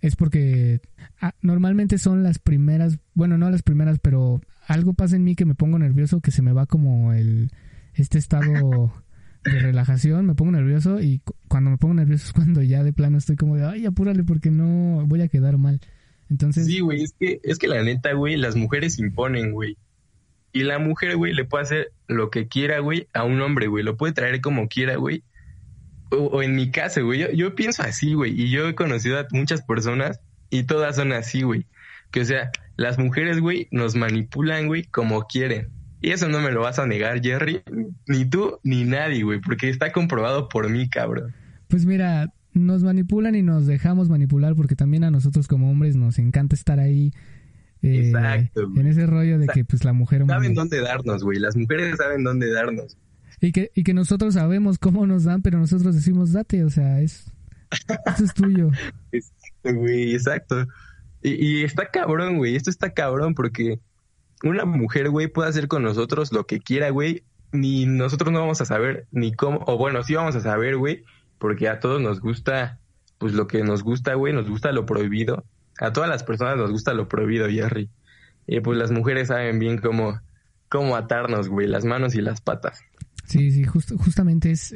es porque normalmente son las primeras, bueno, no las primeras, pero algo pasa en mí que me pongo nervioso, que se me va como este estado de relajación, me pongo nervioso y cuando me pongo nervioso es cuando ya de plano estoy como de, ay, apúrale porque no voy a quedar mal. Entonces... Sí, güey, es que la neta, güey, las mujeres imponen, güey. Y la mujer, güey, le puede hacer lo que quiera, güey, a un hombre, güey. Lo puede traer como quiera, güey. O en mi caso, güey, yo pienso así, güey. Y yo he conocido a muchas personas y todas son así, güey. Que, o sea, las mujeres, güey, nos manipulan, güey, como quieren. Y eso no me lo vas a negar, Jerry. Ni tú, ni nadie, güey. Porque está comprobado por mí, cabrón. Pues mira, nos manipulan y nos dejamos manipular porque también a nosotros como hombres nos encanta estar ahí. Exacto, güey. En ese rollo de que pues la mujer... Saben dónde darnos, güey. Las mujeres saben dónde darnos. Y que nosotros sabemos cómo nos dan, pero nosotros decimos, date, o sea, eso es tuyo. Exacto, güey, exacto. Y está cabrón, güey. Esto está cabrón porque una mujer, güey, puede hacer con nosotros lo que quiera, güey. Ni nosotros no vamos a saber ni cómo, o bueno, sí vamos a saber, güey, porque a todos nos gusta, pues lo que nos gusta, güey, nos gusta lo prohibido. A todas las personas nos gusta lo prohibido, Jerry. Y pues las mujeres saben bien cómo atarnos, güey, las manos y las patas. Sí, justamente es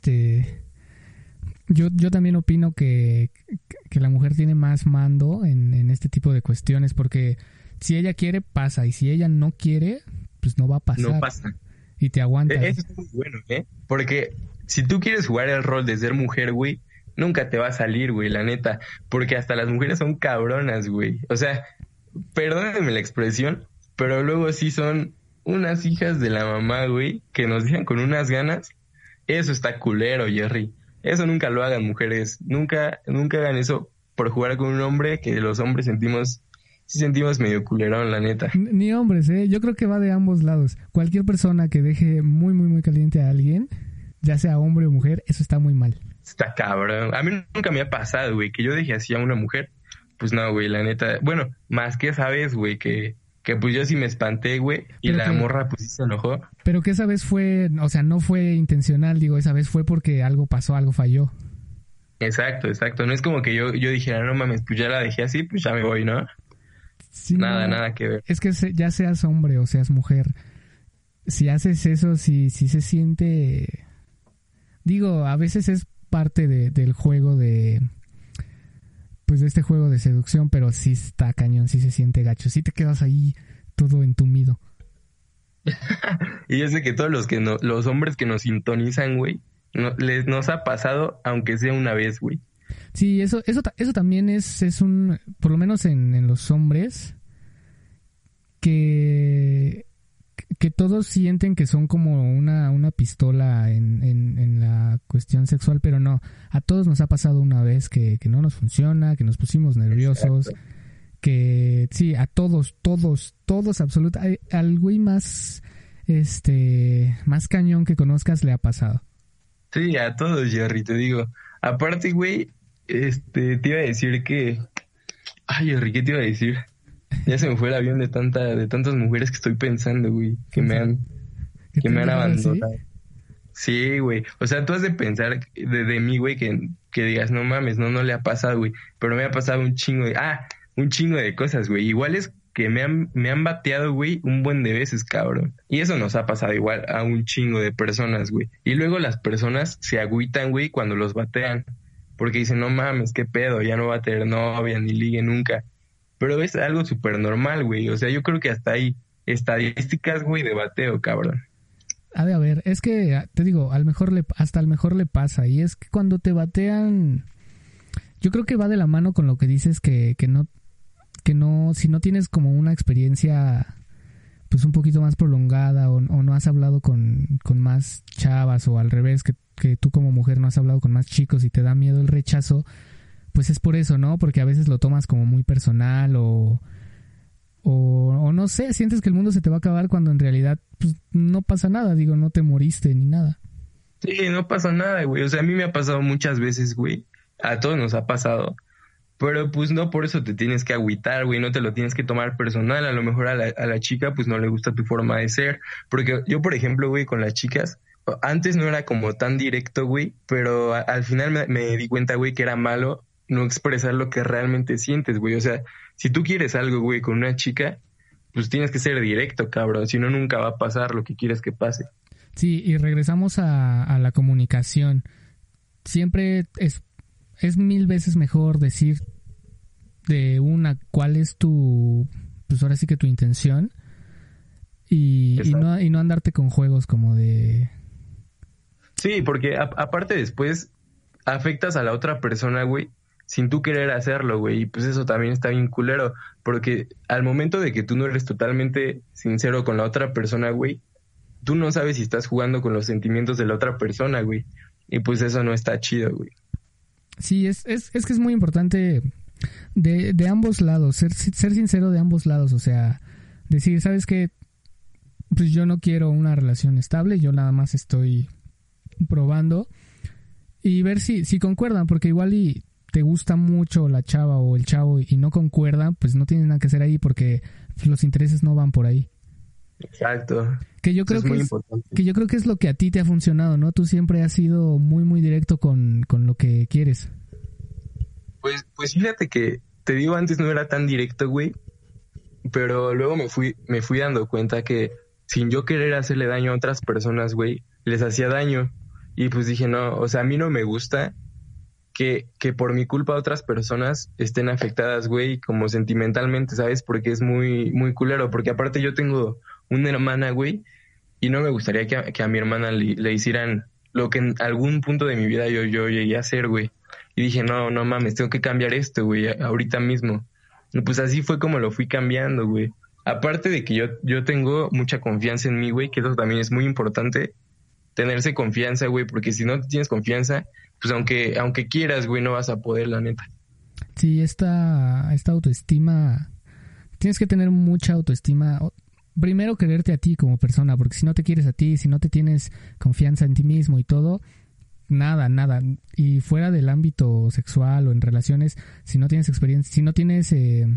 Yo también opino que la mujer tiene más mando en este tipo de cuestiones, porque si ella quiere, pasa, y si ella no quiere, pues no va a pasar. No pasa. Y te aguantas. Eso es muy bueno, ¿eh? Porque si tú quieres jugar el rol de ser mujer, güey, nunca te va a salir, güey, la neta. Porque hasta las mujeres son cabronas, güey. O sea, perdónenme la expresión, pero luego sí son unas hijas de la mamá, güey, que nos dejan con unas ganas. Eso está culero, Jerry. Eso nunca lo hagan, mujeres. Nunca hagan eso por jugar con un hombre, que los hombres sentimos medio culerón, la neta. Ni hombres, yo creo que va de ambos lados. Cualquier persona que deje muy, muy, muy caliente a alguien, ya sea hombre o mujer, eso está muy mal. Está cabrón. A mí nunca me ha pasado, güey, que yo deje así a una mujer. Pues no, güey, la neta. Bueno, más que sabes, güey, que pues yo sí me espanté, güey, y la morra pues sí se enojó. Pero que esa vez fue, o sea, no fue intencional, digo, esa vez fue porque algo pasó, algo falló. Exacto. No es como que yo dijera, no mames, pues ya la dejé así, pues ya me voy, ¿no? Sí, nada que ver. Es que ya seas hombre o seas mujer, si haces eso, si se siente... Digo, a veces es parte del juego pues de este juego de seducción, pero sí está cañón, sí se siente gacho, sí te quedas ahí todo entumido. Y yo sé que todos los hombres que nos sintonizan, güey, nos ha pasado, aunque sea una vez, güey. Sí, eso también es un, por lo menos en los hombres, que todos sienten que son como una pistola en la cuestión sexual, pero no, a todos nos ha pasado una vez que no nos funciona, que nos pusimos nerviosos. Exacto. Que sí, a todos, absolutamente, al güey más cañón que conozcas le ha pasado. Sí, a todos, Jerry, te digo. Aparte, güey, te iba a decir que... Ay, Jerry, ¿qué te iba a decir? Ya se me fue el avión de tantas mujeres que estoy pensando, güey, que me han abandonado. Sí, güey. O sea, tú has de pensar de mí, güey, que digas, no mames, no le ha pasado, güey. Pero me ha pasado un chingo de cosas, güey. Igual es que me han bateado, güey, un buen de veces, cabrón. Y eso nos ha pasado igual a un chingo de personas, güey. Y luego las personas se agüitan, güey, cuando los batean. Porque dicen, no mames, qué pedo, ya no va a tener novia ni ligue nunca. Pero es algo súper normal, güey. O sea, yo creo que hasta hay estadísticas, güey, de bateo, cabrón. Ha de haber. Es que, te digo, hasta al mejor le pasa. Y es que cuando te batean, yo creo que va de la mano con lo que dices que no, si no tienes como una experiencia pues un poquito más prolongada o no has hablado con más chavas o al revés, que tú como mujer no has hablado con más chicos y te da miedo el rechazo, pues es por eso, ¿no? Porque a veces lo tomas como muy personal o no sé, sientes que el mundo se te va a acabar cuando en realidad pues no pasa nada, digo, no te moriste ni nada. Sí, no pasa nada, güey. O sea, a mí me ha pasado muchas veces, güey. A todos nos ha pasado. Pero pues no por eso te tienes que agüitar, güey. No te lo tienes que tomar personal. A lo mejor a la chica pues no le gusta tu forma de ser. Porque yo, por ejemplo, güey, con las chicas, antes no era como tan directo, güey. Pero al final me di cuenta, güey, que era malo. no expresar lo que realmente sientes, güey. O sea, si tú quieres algo, güey, con una chica, pues tienes que ser directo, cabrón. Si no, nunca va a pasar lo que quieres que pase. Sí, y regresamos a la comunicación. Siempre es 1000 veces mejor decir de una cuál es tu, pues ahora sí que tu intención, y no andarte con juegos como de... Sí, porque aparte después afectas a la otra persona, güey, sin tú querer hacerlo, güey. Y pues eso también está bien culero, porque al momento de que tú no eres totalmente sincero con la otra persona, güey, tú no sabes si estás jugando con los sentimientos de la otra persona, güey. Y pues eso no está chido, güey. Sí, es que es muy importante de ambos lados, ser sincero de ambos lados. O sea, decir, ¿sabes qué? Pues yo no quiero una relación estable, yo nada más estoy probando y ver si concuerdan, porque igual y te gusta mucho la chava o el chavo y no concuerdan, pues no tienes nada que hacer ahí porque los intereses no van por ahí. Exacto. Que yo creo que yo creo que es lo que a ti te ha funcionado, ¿no? Tú siempre has sido muy muy directo con lo que quieres. Pues fíjate que te digo, antes no era tan directo, güey, pero luego me fui dando cuenta que sin yo querer hacerle daño a otras personas, güey, les hacía daño. Y pues dije, no, o sea, a mí no me gusta que por mi culpa otras personas estén afectadas, güey, como sentimentalmente, ¿sabes? Porque es muy, muy culero, porque aparte yo tengo una hermana, güey, y no me gustaría que a mi hermana le hicieran lo que en algún punto de mi vida yo llegué a hacer, güey. Y dije, no mames, tengo que cambiar esto, güey, ahorita mismo. Y pues así fue como lo fui cambiando, güey. Aparte de que yo tengo mucha confianza en mí, güey, que eso también es muy importante, tenerse confianza, güey, porque si no tienes confianza, pues aunque quieras, güey, no vas a poder, la neta. Sí, esta autoestima, tienes que tener mucha autoestima. Primero quererte a ti como persona, porque si no te quieres a ti, si no te tienes confianza en ti mismo y todo, nada. Y fuera del ámbito sexual o en relaciones, si no tienes experiencia, si no tienes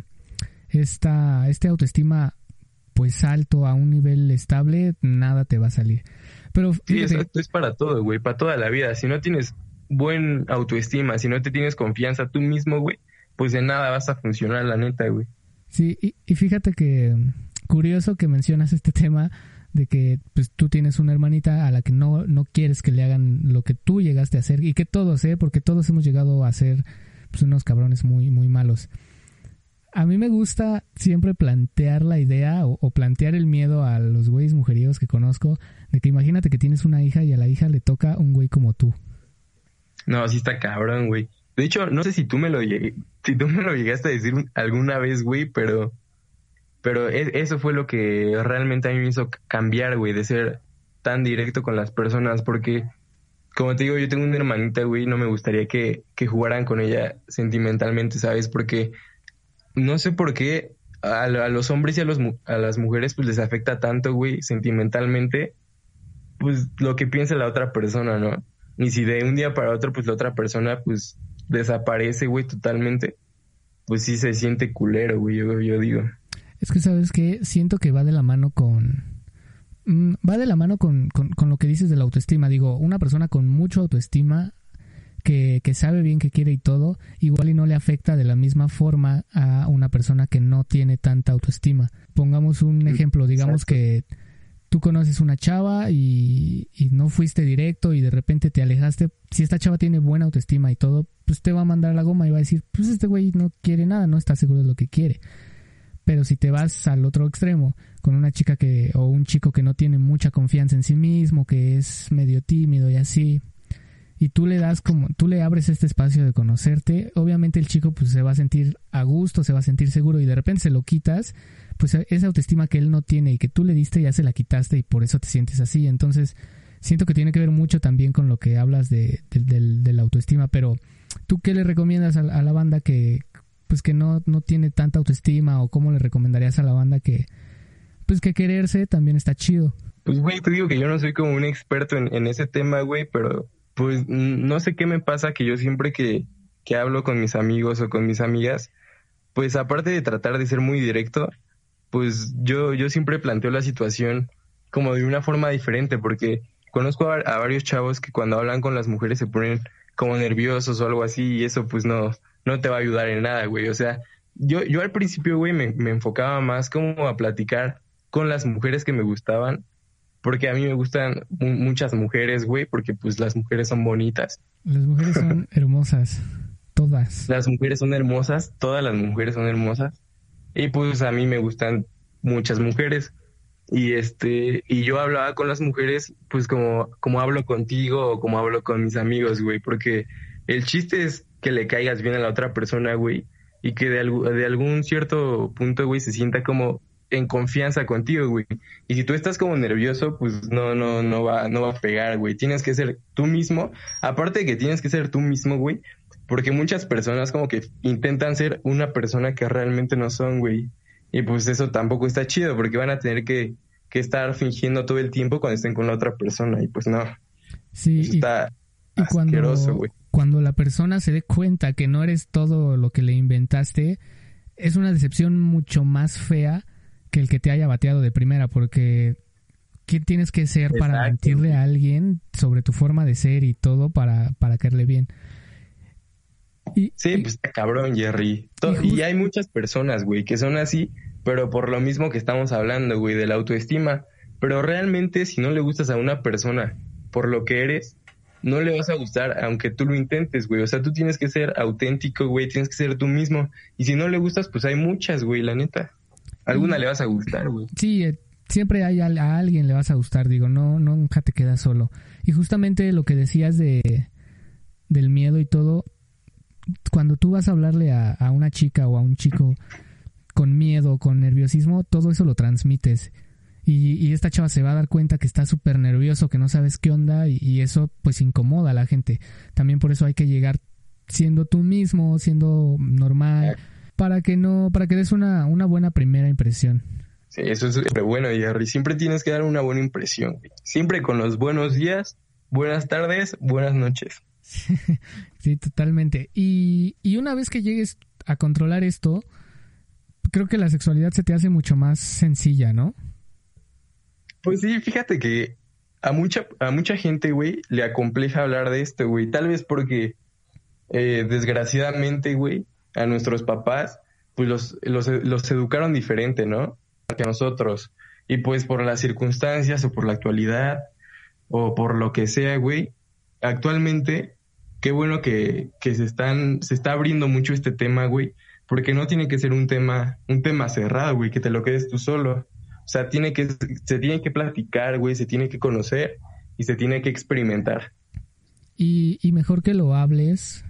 este autoestima pues alto a un nivel estable, nada te va a salir. Pero sí, exacto, es para todo, güey, para toda la vida. Si no tienes buen autoestima, si no te tienes confianza tú mismo, güey, pues de nada vas a funcionar, la neta, güey. Sí, y fíjate que curioso que mencionas este tema de que pues tú tienes una hermanita a la que no quieres que le hagan lo que tú llegaste a hacer, y que todos, porque todos hemos llegado a ser pues unos cabrones muy, muy malos. A mí me gusta siempre plantear la idea o plantear el miedo a los güeyes mujeriegos que conozco, de que imagínate que tienes una hija y a la hija le toca un güey como tú. No, sí está cabrón, güey. De hecho, no sé si tú me lo llegaste a decir alguna vez, güey, pero eso fue lo que realmente a mí me hizo cambiar, güey, de ser tan directo con las personas, porque, como te digo, yo tengo una hermanita, güey, no me gustaría que jugaran con ella sentimentalmente, ¿sabes? Porque no sé por qué a los hombres y a las mujeres pues les afecta tanto, güey, sentimentalmente, pues lo que piensa la otra persona, ¿no? Y si de un día para otro pues la otra persona pues desaparece, güey, totalmente, pues sí se siente culero, güey, yo digo. Es que, ¿sabes qué? Siento que va de la mano con lo que dices de la autoestima. Digo, una persona con mucha autoestima que sabe bien que quiere y todo, igual y no le afecta de la misma forma a una persona que no tiene tanta autoestima. Pongamos un ejemplo, digamos que tú conoces una chava y no fuiste directo y de repente te alejaste. Si esta chava tiene buena autoestima y todo, pues te va a mandar la goma y va a decir, pues este güey no quiere nada, no está seguro de lo que quiere. Pero si te vas al otro extremo con una chica o un chico que no tiene mucha confianza en sí mismo, que es medio tímido y así, y tú le abres este espacio de conocerte, obviamente el chico pues se va a sentir a gusto, se va a sentir seguro, y de repente se lo quitas, pues esa autoestima que él no tiene y que tú le diste ya se la quitaste y por eso te sientes así. Entonces siento que tiene que ver mucho también con lo que hablas de la autoestima. Pero ¿tú qué le recomiendas a la banda que pues que no tiene tanta autoestima, o cómo le recomendarías a la banda que pues que quererse también está chido? Pues güey, te digo que yo no soy como un experto en ese tema, güey, pero pues no sé qué me pasa, que yo siempre que hablo con mis amigos o con mis amigas, pues aparte de tratar de ser muy directo, pues yo siempre planteo la situación como de una forma diferente, porque conozco a varios chavos que cuando hablan con las mujeres se ponen como nerviosos o algo así, y eso pues no no te va a ayudar en nada, güey. O sea, yo al principio, güey, me enfocaba más como a platicar con las mujeres que me gustaban, porque a mí me gustan muchas mujeres, güey, porque pues las mujeres son bonitas. Las mujeres son hermosas, todas. Las mujeres son hermosas, todas las mujeres son hermosas. Y pues a mí me gustan muchas mujeres. Y yo hablaba con las mujeres, pues como hablo contigo o como hablo con mis amigos, güey, porque el chiste es que le caigas bien a la otra persona, güey, y que de algún cierto punto, güey, se sienta como en confianza contigo, güey. Y si tú estás como nervioso, pues no va a pegar, güey. Tienes que ser tú mismo. Aparte de que tienes que ser tú mismo, güey, porque muchas personas como que intentan ser una persona que realmente no son, güey. Y pues eso tampoco está chido, porque van a tener que estar fingiendo todo el tiempo cuando estén con la otra persona. Y pues no. Sí, eso está y asqueroso, güey. Cuando la persona se dé cuenta que no eres todo lo que le inventaste, es una decepción mucho más fea que el que te haya bateado de primera, porque ¿qué tienes que ser para mentirle a alguien sobre tu forma de ser y todo para caerle bien? Sí, pues está cabrón, Jerry. Y hay muchas personas, güey, que son así, pero por lo mismo que estamos hablando, güey, de la autoestima. Pero realmente, si no le gustas a una persona por lo que eres, no le vas a gustar, aunque tú lo intentes, güey. O sea, tú tienes que ser auténtico, güey, tienes que ser tú mismo. Y si no le gustas, pues hay muchas, güey, la neta. Alguna le vas a gustar, güey. Sí, siempre a alguien le vas a gustar, digo, nunca te quedas solo. Y justamente lo que decías del miedo y todo, cuando tú vas a hablarle a una chica o a un chico con miedo, con nerviosismo, todo eso lo transmites. Y esta chava se va a dar cuenta que está súper nervioso, que no sabes qué onda, y eso pues incomoda a la gente. También por eso hay que llegar siendo tú mismo, siendo normal, para que des una buena primera impresión. Sí, eso es súper bueno, Jerry. Siempre tienes que dar una buena impresión, güey. Siempre con los buenos días, buenas tardes, buenas noches. Sí, totalmente. Y una vez que llegues a controlar esto, creo que la sexualidad se te hace mucho más sencilla, ¿no? Pues sí, fíjate que a mucha gente, güey, le acompleja hablar de esto, güey. Tal vez porque, desgraciadamente, güey, a nuestros papás, pues los educaron diferente, ¿no? Que a nosotros. Y pues por las circunstancias o por la actualidad o por lo que sea, güey, actualmente, qué bueno que se está abriendo mucho este tema, güey, porque no tiene que ser un tema cerrado, güey, que te lo quedes tú solo. O sea, se tiene que platicar, güey, se tiene que conocer y se tiene que experimentar. Y mejor que lo hables,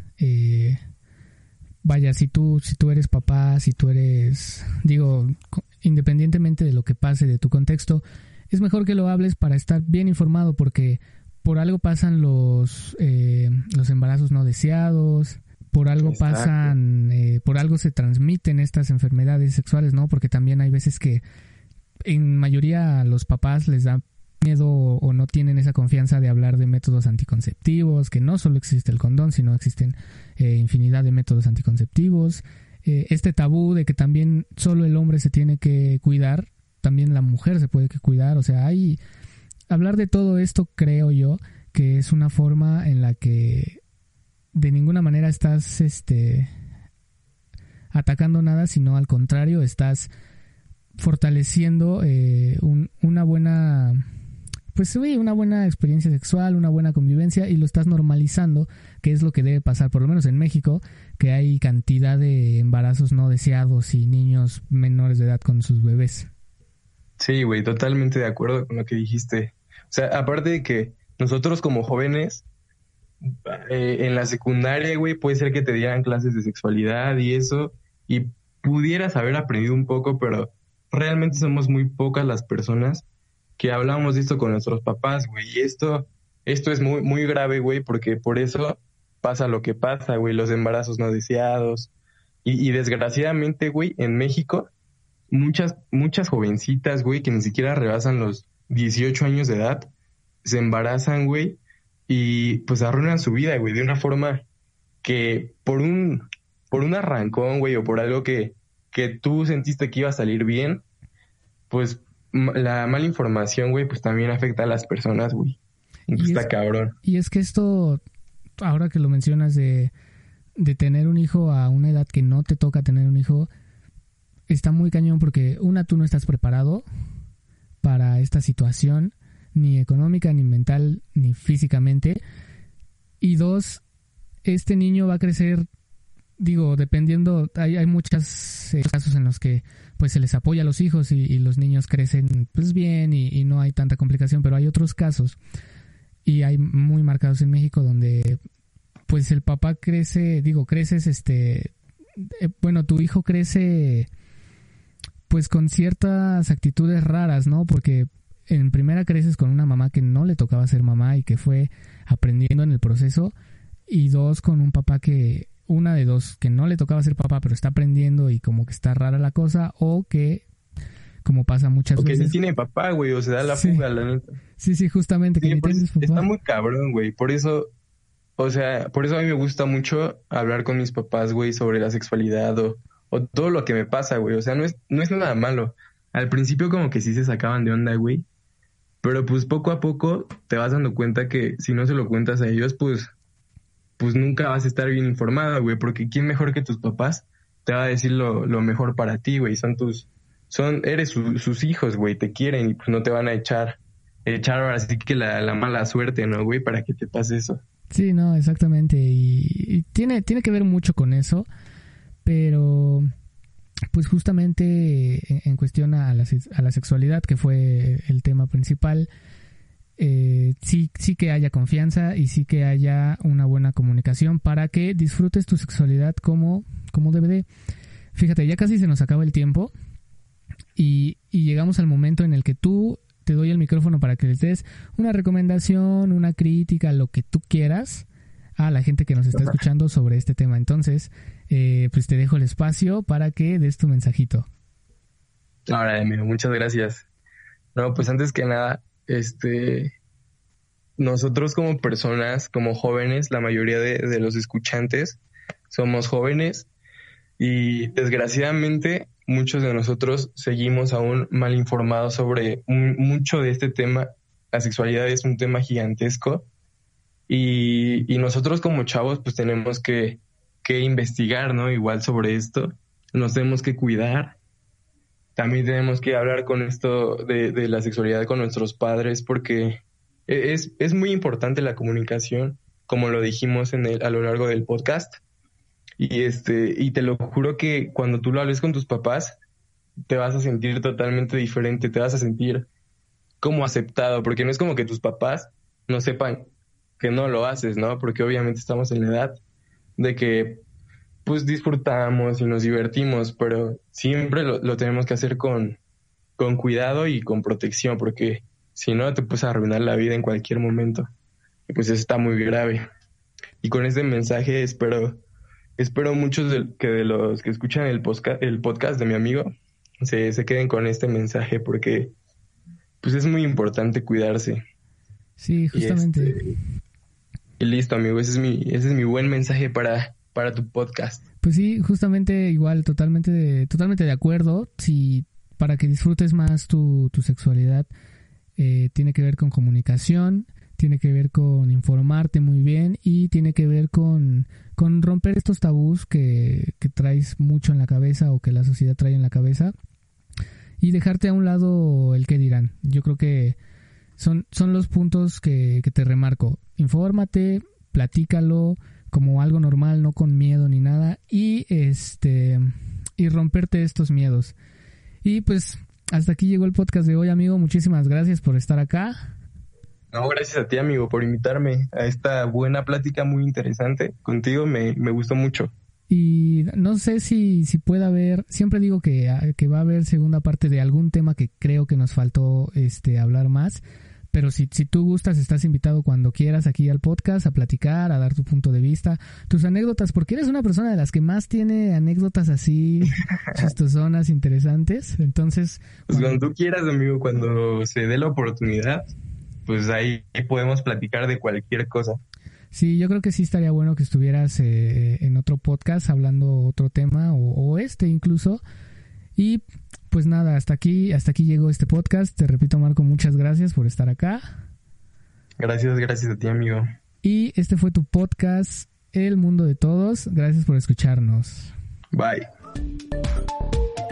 vaya, si tú eres papá, si tú eres, digo, independientemente de lo que pase, de tu contexto, es mejor que lo hables para estar bien informado, porque por algo pasan los embarazos no deseados, por algo por algo se transmiten estas enfermedades sexuales, ¿no? Porque también hay veces que en mayoría a los papás les da miedo o no tienen esa confianza de hablar de métodos anticonceptivos, que no solo existe el condón, sino existen infinidad de métodos anticonceptivos. Este tabú de que también solo el hombre se tiene que cuidar, también la mujer se puede cuidar. O sea, hablar de todo esto, creo yo, que es una forma en la que de ninguna manera estás atacando nada, sino al contrario, estás fortaleciendo una buena, pues sí, una buena experiencia sexual, una buena convivencia, y lo estás normalizando, que es lo que debe pasar, por lo menos en México, que hay cantidad de embarazos no deseados y niños menores de edad con sus bebés. Sí, güey, totalmente de acuerdo con lo que dijiste. O sea, aparte de que nosotros como jóvenes, en la secundaria, güey, puede ser que te dieran clases de sexualidad y eso, y pudieras haber aprendido un poco, pero realmente somos muy pocas las personas que hablamos de esto con nuestros papás, güey. Y esto es muy, muy grave, güey, porque por eso pasa lo que pasa, güey, los embarazos no deseados. Y desgraciadamente, güey, en México, muchas jovencitas, güey, que ni siquiera rebasan los 18 años de edad, se embarazan, güey, y pues arruinan su vida, güey, de una forma que por un arrancón, güey, o por algo que tú sentiste que iba a salir bien, pues la mala información, güey, pues también afecta a las personas, güey. Está cabrón. Y es que esto, ahora que lo mencionas de de tener un hijo a una edad que no te toca tener un hijo, está muy cañón porque tú no estás preparado para esta situación, ni económica, ni mental, ni físicamente. Y 2, este niño va a crecer, dependiendo, hay muchos casos en los que pues se les apoya a los hijos y los niños crecen pues bien y no hay tanta complicación, pero hay otros casos, y hay muy marcados en México, donde pues el papá tu hijo crece pues con ciertas actitudes raras, ¿no? Porque en primera creces con una mamá que no le tocaba ser mamá y que fue aprendiendo en el proceso, y 2, con un papá que no le tocaba ser papá, pero está aprendiendo y como que está rara la cosa, o que, como pasa muchas veces... Porque ni tiene papá, güey, o se da la fuga, la neta. Sí, justamente, que ni tienes papá. Está muy cabrón, güey, por eso a mí me gusta mucho hablar con mis papás, güey, sobre la sexualidad o todo lo que me pasa, güey, o sea, no es nada malo. Al principio como que sí se sacaban de onda, güey, pero pues poco a poco te vas dando cuenta que si no se lo cuentas a ellos, pues nunca vas a estar bien informado, güey, porque ¿quién mejor que tus papás te va a decir lo mejor para ti, güey? Eres sus hijos, güey, te quieren y pues no te van a echar ahora sí que la mala suerte, ¿no, güey? Para que te pase eso. Sí, no, exactamente, y tiene que ver mucho con eso, pero pues justamente en cuestión a la sexualidad, que fue el tema principal, sí que haya confianza y sí que haya una buena comunicación para que disfrutes tu sexualidad como debe de. Fíjate, ya casi se nos acaba el tiempo y llegamos al momento en el que te doy el micrófono para que les des una recomendación, una crítica, lo que tú quieras a la gente que nos está escuchando sobre este tema. Entonces, pues te dejo el espacio para que des tu mensajito. Ahora, amigo, muchas gracias. No, pues antes que nada, nosotros como personas, como jóvenes, la mayoría de los escuchantes somos jóvenes y desgraciadamente muchos de nosotros seguimos aún mal informados sobre mucho de este tema. La sexualidad es un tema gigantesco y nosotros como chavos pues tenemos que investigar, ¿no? Igual sobre esto, nos tenemos que cuidar. También tenemos que hablar con esto de la sexualidad con nuestros padres porque es muy importante la comunicación, como lo dijimos a lo largo del podcast. Y te lo juro que cuando tú lo hables con tus papás, te vas a sentir totalmente diferente, te vas a sentir como aceptado, porque no es como que tus papás no sepan que no lo haces, ¿no? Porque obviamente estamos en la edad de que pues disfrutamos y nos divertimos, pero siempre lo tenemos que hacer con cuidado y con protección, porque si no te puedes arruinar la vida en cualquier momento. Y pues eso está muy grave. Y con este mensaje espero muchos de los que escuchan el podcast de mi amigo se queden con este mensaje, porque pues es muy importante cuidarse. Sí, justamente. Y listo, amigo, ese es mi buen mensaje para tu podcast. Pues sí, justamente igual, totalmente de acuerdo. Si para que disfrutes más tu sexualidad, tiene que ver con comunicación, tiene que ver con informarte muy bien y tiene que ver con romper estos tabús que traes mucho en la cabeza o que la sociedad trae en la cabeza y dejarte a un lado el qué dirán. Yo creo que son los puntos que te remarco. Infórmate, platícalo como algo normal, no con miedo ni nada, y romperte estos miedos. Y pues hasta aquí llegó el podcast de hoy, amigo. Muchísimas gracias por estar acá. No, gracias a ti, amigo, por invitarme a esta buena plática muy interesante. Contigo me gustó mucho. Y no sé si pueda haber, siempre digo que va a haber segunda parte de algún tema que creo que nos faltó hablar más. Pero si tú gustas, estás invitado cuando quieras aquí al podcast a platicar, a dar tu punto de vista, tus anécdotas, porque eres una persona de las que más tiene anécdotas así chistosonas, interesantes. Entonces, pues cuando tú quieras, amigo, cuando se dé la oportunidad, pues ahí podemos platicar de cualquier cosa. Sí, yo creo que sí estaría bueno que estuvieras en otro podcast hablando otro tema o incluso. Y pues nada, hasta aquí llegó este podcast. Te repito, Marco, muchas gracias por estar acá. Gracias a ti, amigo. Y este fue tu podcast El Mundo de Todos. Gracias por escucharnos. Bye.